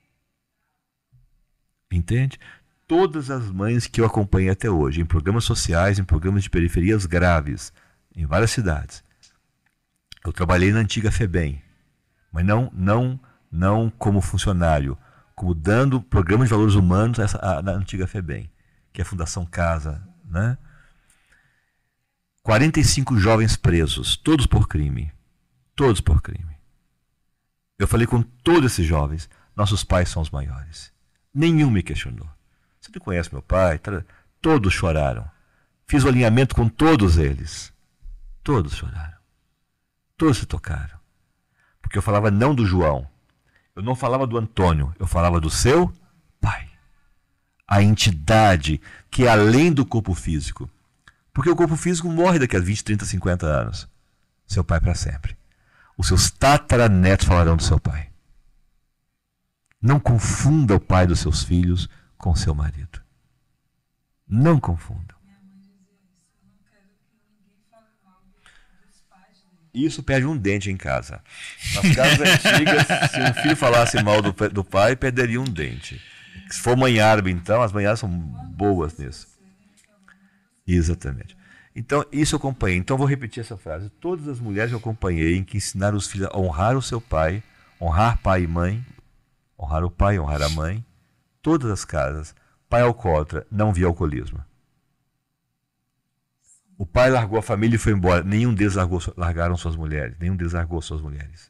Entende? Todas as mães que eu acompanhei até hoje, em programas sociais, em programas de periferias graves, em várias cidades. Eu trabalhei na antiga FEBEM, mas não, não, não como funcionário, como dando programas de valores humanos essa, a, na antiga FEBEM, que é a Fundação Casa. Né? quarenta e cinco jovens presos, todos por crime. Todos por crime. Eu falei com todos esses jovens, nossos pais são os maiores. Nenhum me questionou. Você não conhece meu pai? Todos choraram. Fiz o alinhamento com todos eles. Todos choraram. Todos se tocaram. Porque eu falava não do João. Eu não falava do Antônio, eu falava do seu pai. A entidade que é além do corpo físico. Porque o corpo físico morre daqui a vinte, trinta, cinquenta anos. Seu pai para sempre. Os seus tataranetos falarão do seu pai. Não confunda o pai dos seus filhos com seu marido. Não confundam. Minha mãe dizia isso. Eu não quero que ninguém fale mal do- dos pais dele. Isso perde um dente em casa. Nas casas antigas, se um filho falasse mal do, pa- do pai, perderia um dente. Se for mãe árabe, então, as mães árabes são boas nisso. Exatamente. Então, isso eu acompanhei. Então, eu vou repetir essa frase. Todas as mulheres que eu acompanhei em que ensinaram os filhos a honrar o seu pai, honrar pai e mãe, honrar o pai, honrar a mãe, todas as casas, pai alcoólatra, não via alcoolismo. O pai largou a família e foi embora. Nenhum deles largou, largaram suas mulheres. Nenhum deles largou suas mulheres.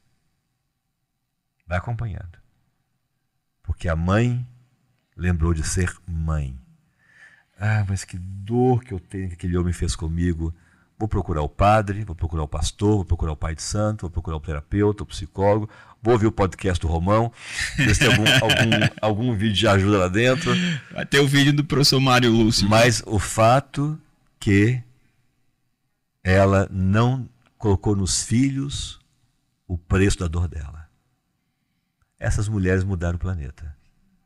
Vai acompanhando. Porque a mãe lembrou de ser mãe. Ah, mas que dor que eu tenho que aquele homem fez comigo. Vou procurar o padre, vou procurar o pastor, vou procurar o pai de santo, vou procurar o terapeuta, o psicólogo, vou ouvir o podcast do Romão, ver se tem algum, algum, algum vídeo de ajuda lá dentro. Vai ter o vídeo do professor Mário Lúcio. Mas o fato que ela não colocou nos filhos o preço da dor dela. Essas mulheres mudaram o planeta.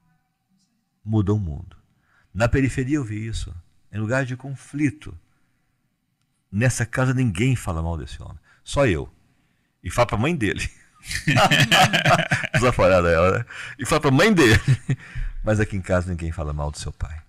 Mudam o mundo. Na periferia eu vi isso. Em lugar de conflito. Nessa casa ninguém fala mal desse homem. Só eu. E fala pra mãe dele. Desaforada ela, né? E fala pra mãe dele. Mas aqui em casa ninguém fala mal do seu pai.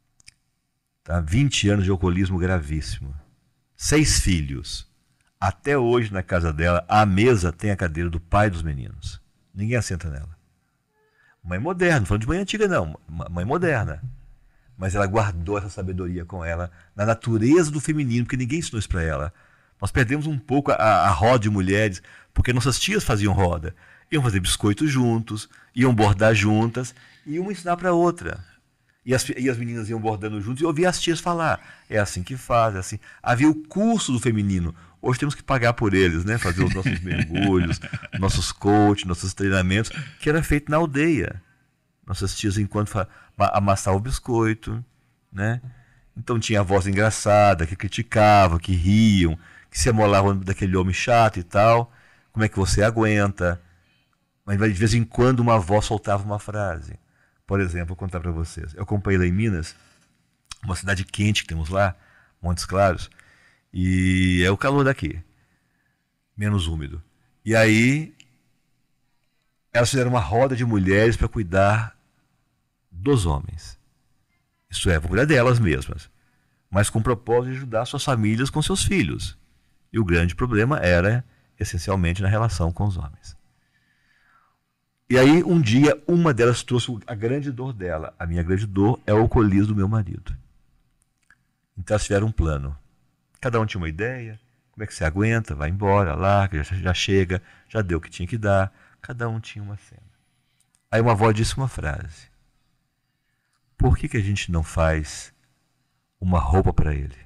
Tá? vinte anos de alcoolismo gravíssimo. Seis filhos. Até hoje na casa dela, a mesa tem a cadeira do pai dos meninos. Ninguém assenta nela. Mãe moderna, não falando de mãe antiga não. Mãe moderna. Mas ela guardou essa sabedoria com ela na natureza do feminino, porque ninguém ensinou isso para ela. Nós perdemos um pouco a, a roda de mulheres, porque nossas tias faziam roda. Iam fazer biscoito juntos, iam bordar juntas, e uma ensinar para a outra. E as, e as meninas iam bordando juntos e eu ouvia as tias falar. É assim que faz, é assim. Havia o curso do feminino. Hoje temos que pagar por eles, né? Fazer os nossos mergulhos, nossos coaching, nossos treinamentos, que era feito na aldeia. Nossas tias, enquanto amassavam o biscoito, né? Então tinha a voz engraçada, que criticava, que riam, que se amolavam daquele homem chato e tal. Como é que você aguenta? Mas de vez em quando uma voz soltava uma frase. Por exemplo, vou contar para vocês. Eu acompanhei lá em Minas, uma cidade quente que temos lá, Montes Claros, e é o calor daqui, menos úmido. E aí, elas fizeram uma roda de mulheres para cuidar dos homens. Isso é, vão cuidar delas mesmas, mas com o propósito de ajudar suas famílias com seus filhos. E o grande problema era, essencialmente, na relação com os homens. E aí, um dia, uma delas trouxe a grande dor dela. A minha grande dor é o alcoolismo do meu marido. Então, elas tiveram um plano. Cada um tinha uma ideia. Como é que você aguenta? Vai embora, larga, já, já chega, já deu o que tinha que dar. Cada um tinha uma cena. Aí uma voz disse uma frase. Por que que a gente não faz uma roupa para ele?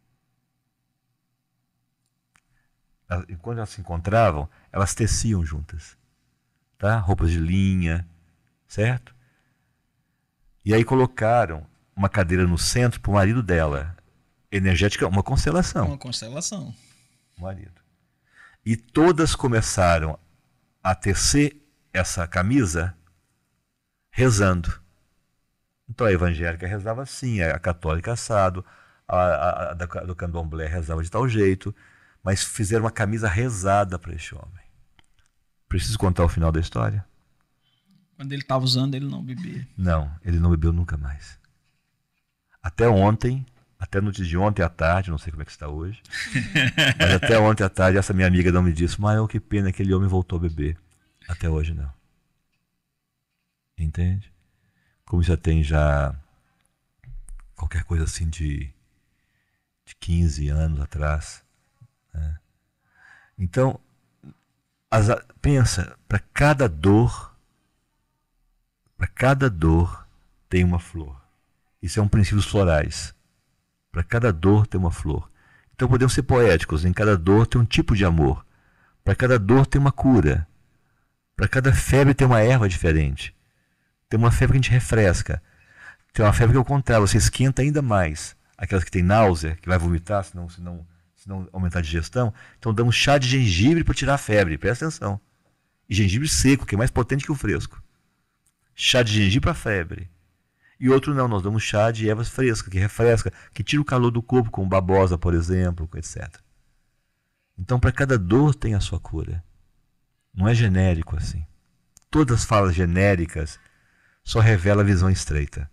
Enquanto elas se encontravam, elas teciam juntas. Tá? Roupas de linha, certo? E aí colocaram uma cadeira no centro para o marido dela. Energética, uma constelação. Uma constelação. O marido. E todas começaram a tecer essa camisa rezando. Então a evangélica rezava assim, a católica assado, a, a, a do candomblé rezava de tal jeito, mas fizeram uma camisa rezada para este homem. Preciso contar o final da história? Quando ele estava usando, ele não bebia. Não, ele não bebeu nunca mais. Até ontem, até no dia de ontem à tarde, não sei como é que está hoje, mas até ontem à tarde essa minha amiga não me disse, mas que pena, aquele homem voltou a beber. Até hoje não. Entende? Como já tem já qualquer coisa assim de, de quinze anos atrás. Né? Então, as, pensa, para cada dor, para cada dor tem uma flor. Isso é um princípio dos florais. Para cada dor tem uma flor. Então podemos ser poéticos. Em cada dor tem um tipo de amor. Para cada dor tem uma cura. Para cada febre tem uma erva diferente. Tem uma febre que a gente refresca. Tem uma febre que é o contrário, você esquenta ainda mais. Aquelas que tem náusea, que vai vomitar, senão, senão, senão aumentar a digestão. Então damos chá de gengibre para tirar a febre, presta atenção. E gengibre seco, que é mais potente que o fresco. Chá de gengibre para febre. E outro não, nós damos chá de ervas frescas, que refresca, que tira o calor do corpo, como babosa, por exemplo, etcétera. Então, para cada dor tem a sua cura. Não é genérico assim. Todas as falas genéricas só revelam a visão estreita.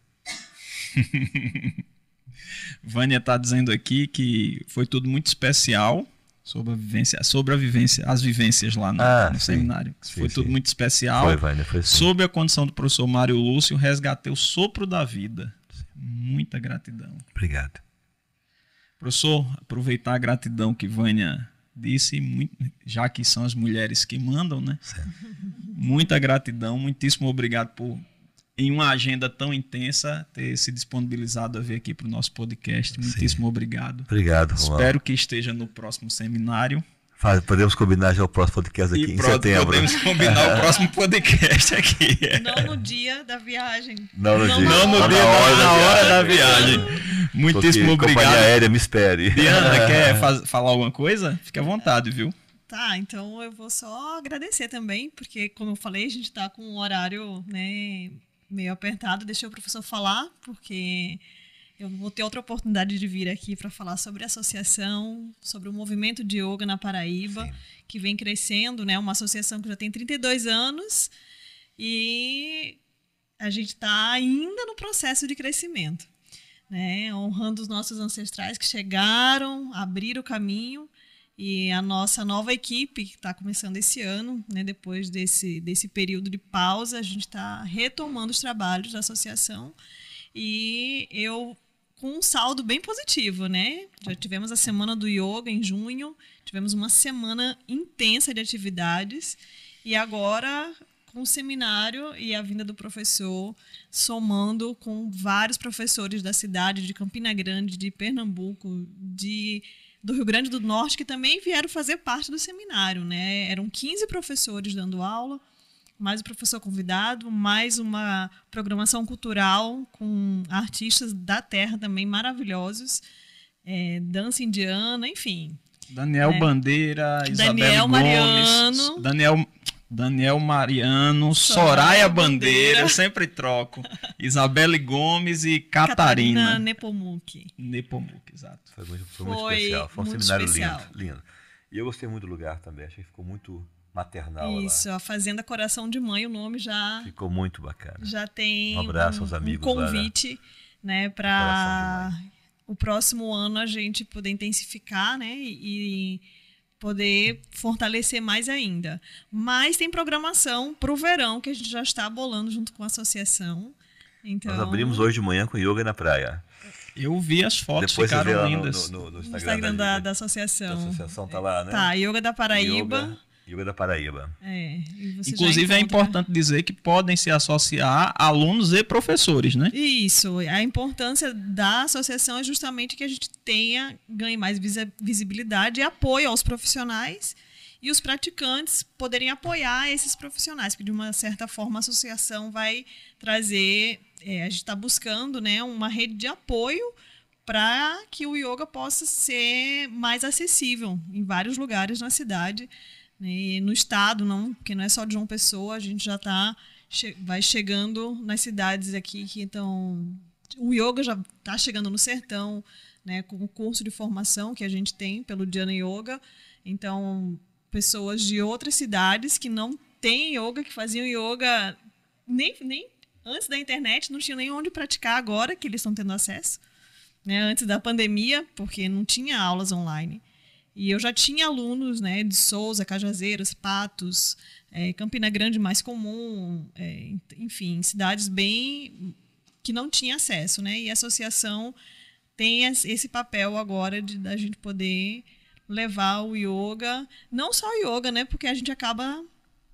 Vânia está dizendo aqui que foi tudo muito especial sobre a vivência, sobre a vivência, as vivências lá no, ah, no sim. seminário. Sim, foi sim. tudo muito especial. Foi, Vânia, foi sim. Sob a condição do professor Mário Lúcio, resgatei o sopro da vida. Muita gratidão. Obrigado. Professor, aproveitar a gratidão que Vânia disse, muito, já que são as mulheres que mandam, né? Certo. Muita gratidão, muitíssimo obrigado por, em uma agenda tão intensa, ter se disponibilizado a vir aqui para o nosso podcast. Muitíssimo Sim. obrigado. Obrigado, Romão. Espero que esteja no próximo seminário. Faz, podemos combinar já o próximo podcast aqui e em pronto, setembro. podemos combinar o próximo podcast aqui. Não no dia da viagem. Não no Não dia. Não no Não dia, na na hora da hora da viagem. viagem. Muitíssimo Porque obrigado. Companhia aérea, me espere. Diana, quer faz, falar alguma coisa? Fique à vontade, viu? Tá, então eu vou só agradecer também, porque, como eu falei, a gente está com um horário, né, meio apertado. Deixei o professor falar, porque eu vou ter outra oportunidade de vir aqui para falar sobre a associação, sobre o movimento de yoga na Paraíba, Sim. que vem crescendo, né? Uma associação que já tem trinta e dois anos e a gente está ainda no processo de crescimento, né? Honrando os nossos ancestrais que chegaram, abriram o caminho. E a nossa nova equipe, que está começando esse ano, né, depois desse, desse período de pausa, a gente está retomando os trabalhos da associação. E eu, com um saldo bem positivo, né? Já tivemos a Semana do Yoga em junho, tivemos uma semana intensa de atividades. E agora, com o seminário e a vinda do professor, somando com vários professores da cidade, de Campina Grande, de Pernambuco, de... do Rio Grande do Norte, que também vieram fazer parte do seminário, né? Eram quinze professores dando aula, mais o professor convidado, mais uma programação cultural com artistas da terra também maravilhosos, é, dança indiana, enfim. Daniel né? Bandeira, Isabel Daniel Gomes, Mariano, Daniel... Daniel Mariano, Soraya, Soraya Bandeira, Bandeira, eu sempre troco. Isabelle Gomes e Catarina. Catarina Nepomucci. Nepomucci, exato. Foi muito, foi muito Foi especial. Foi um muito seminário especial. lindo, lindo. E eu gostei muito do lugar também. Achei que ficou muito maternal Isso, lá. a Fazenda Coração de Mãe, o nome já, Ficou muito bacana. já tem Um abraço um, aos amigos um lá, né? convite, né, para o próximo ano a gente poder intensificar, né, e, e poder fortalecer mais ainda. Mas tem programação para o verão que a gente já está bolando junto com a associação. Então, Nós abrimos hoje de manhã com yoga na praia. Eu vi as fotos, Depois você vê ficaram lá no, lindas. no, no, no no Instagram, Instagram da, da, da associação. da associação tá lá, né? Tá, Yoga da Paraíba. Yoga, yoga da Paraíba. É, e você já Inclusive é encontra- importante dizer que podem se associar alunos e professores, né? Isso, a importância da associação é justamente que a gente tenha, ganhe mais visi- visibilidade e apoio aos profissionais e os praticantes poderem apoiar esses profissionais, porque de uma certa forma a associação vai trazer, é, a gente está buscando, né, uma rede de apoio para que o yoga possa ser mais acessível em vários lugares na cidade, né, e no estado, não, porque não é só de João Pessoa, a gente já tá, che- vai chegando nas cidades aqui que estão... O yoga já está chegando no sertão, né, com o curso de formação que a gente tem pelo Dhyana Yoga. Então, pessoas de outras cidades que não têm yoga, que faziam yoga nem, nem antes da internet, não tinham nem onde praticar agora, que eles estão tendo acesso, né, antes da pandemia, porque não tinha aulas online. E eu já tinha alunos, né, de Souza, Cajazeiras, Patos, é, Campina Grande mais comum, é, enfim, cidades bem que não tinha acesso, né? E a associação tem es- esse papel agora de da gente poder levar o yoga, não só o yoga, né? Porque a gente acaba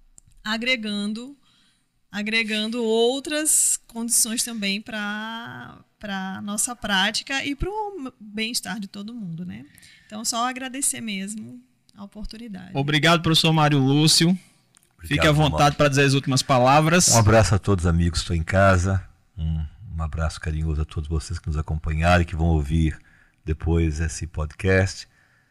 agregando agregando outras condições também para para nossa prática e para o bem-estar de todo mundo, né? Então, só agradecer mesmo a oportunidade. Obrigado, professor Mário Lúcio. Obrigado, Fique à vontade para dizer as últimas palavras. Um abraço a todos, amigos. Estou em casa. Um, um abraço carinhoso a todos vocês que nos acompanharam e que vão ouvir depois esse podcast.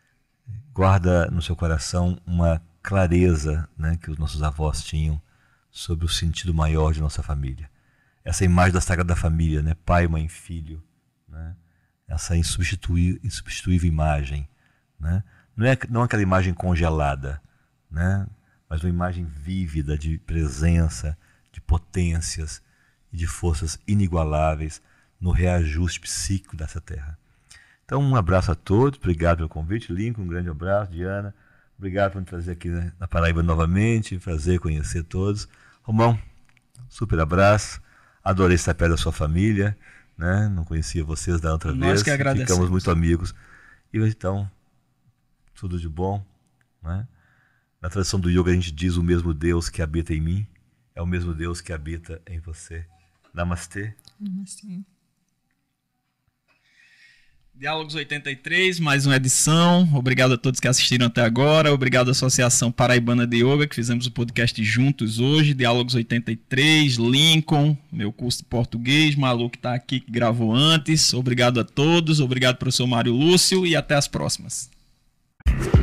Guarda no seu coração uma clareza, né, que os nossos avós tinham sobre o sentido maior de nossa família. essa imagem da Sagrada Família, né? Pai, mãe, filho, né? Essa insubstituível, insubstituível imagem, né? Não é não aquela imagem congelada, né? Mas uma imagem vívida de presença, de potências e de forças inigualáveis no reajuste psíquico dessa terra. Então, um abraço a todos, obrigado pelo convite, Lincoln, um grande abraço, Diana, obrigado por me trazer aqui, né, na Paraíba novamente, prazer conhecer todos. Romão, super abraço, adorei estar perto da sua família, né? Não conhecia vocês da outra Nós vez, que agradecemos. Ficamos muito amigos. E então, tudo de bom, né? Na tradição do yoga a gente diz: o mesmo Deus que habita em mim é o mesmo Deus que habita em você. Namastê. Namastê. Diálogos oitenta e três, mais uma edição. Obrigado a todos que assistiram até agora. Obrigado à Associação Paraibana de Yoga, que fizemos o podcast juntos hoje. Diálogos oitenta e três, Lincoln, meu curso de português, Malu que está aqui, que gravou antes. Obrigado a todos. Obrigado, professor Mário Lúcio, e até as próximas.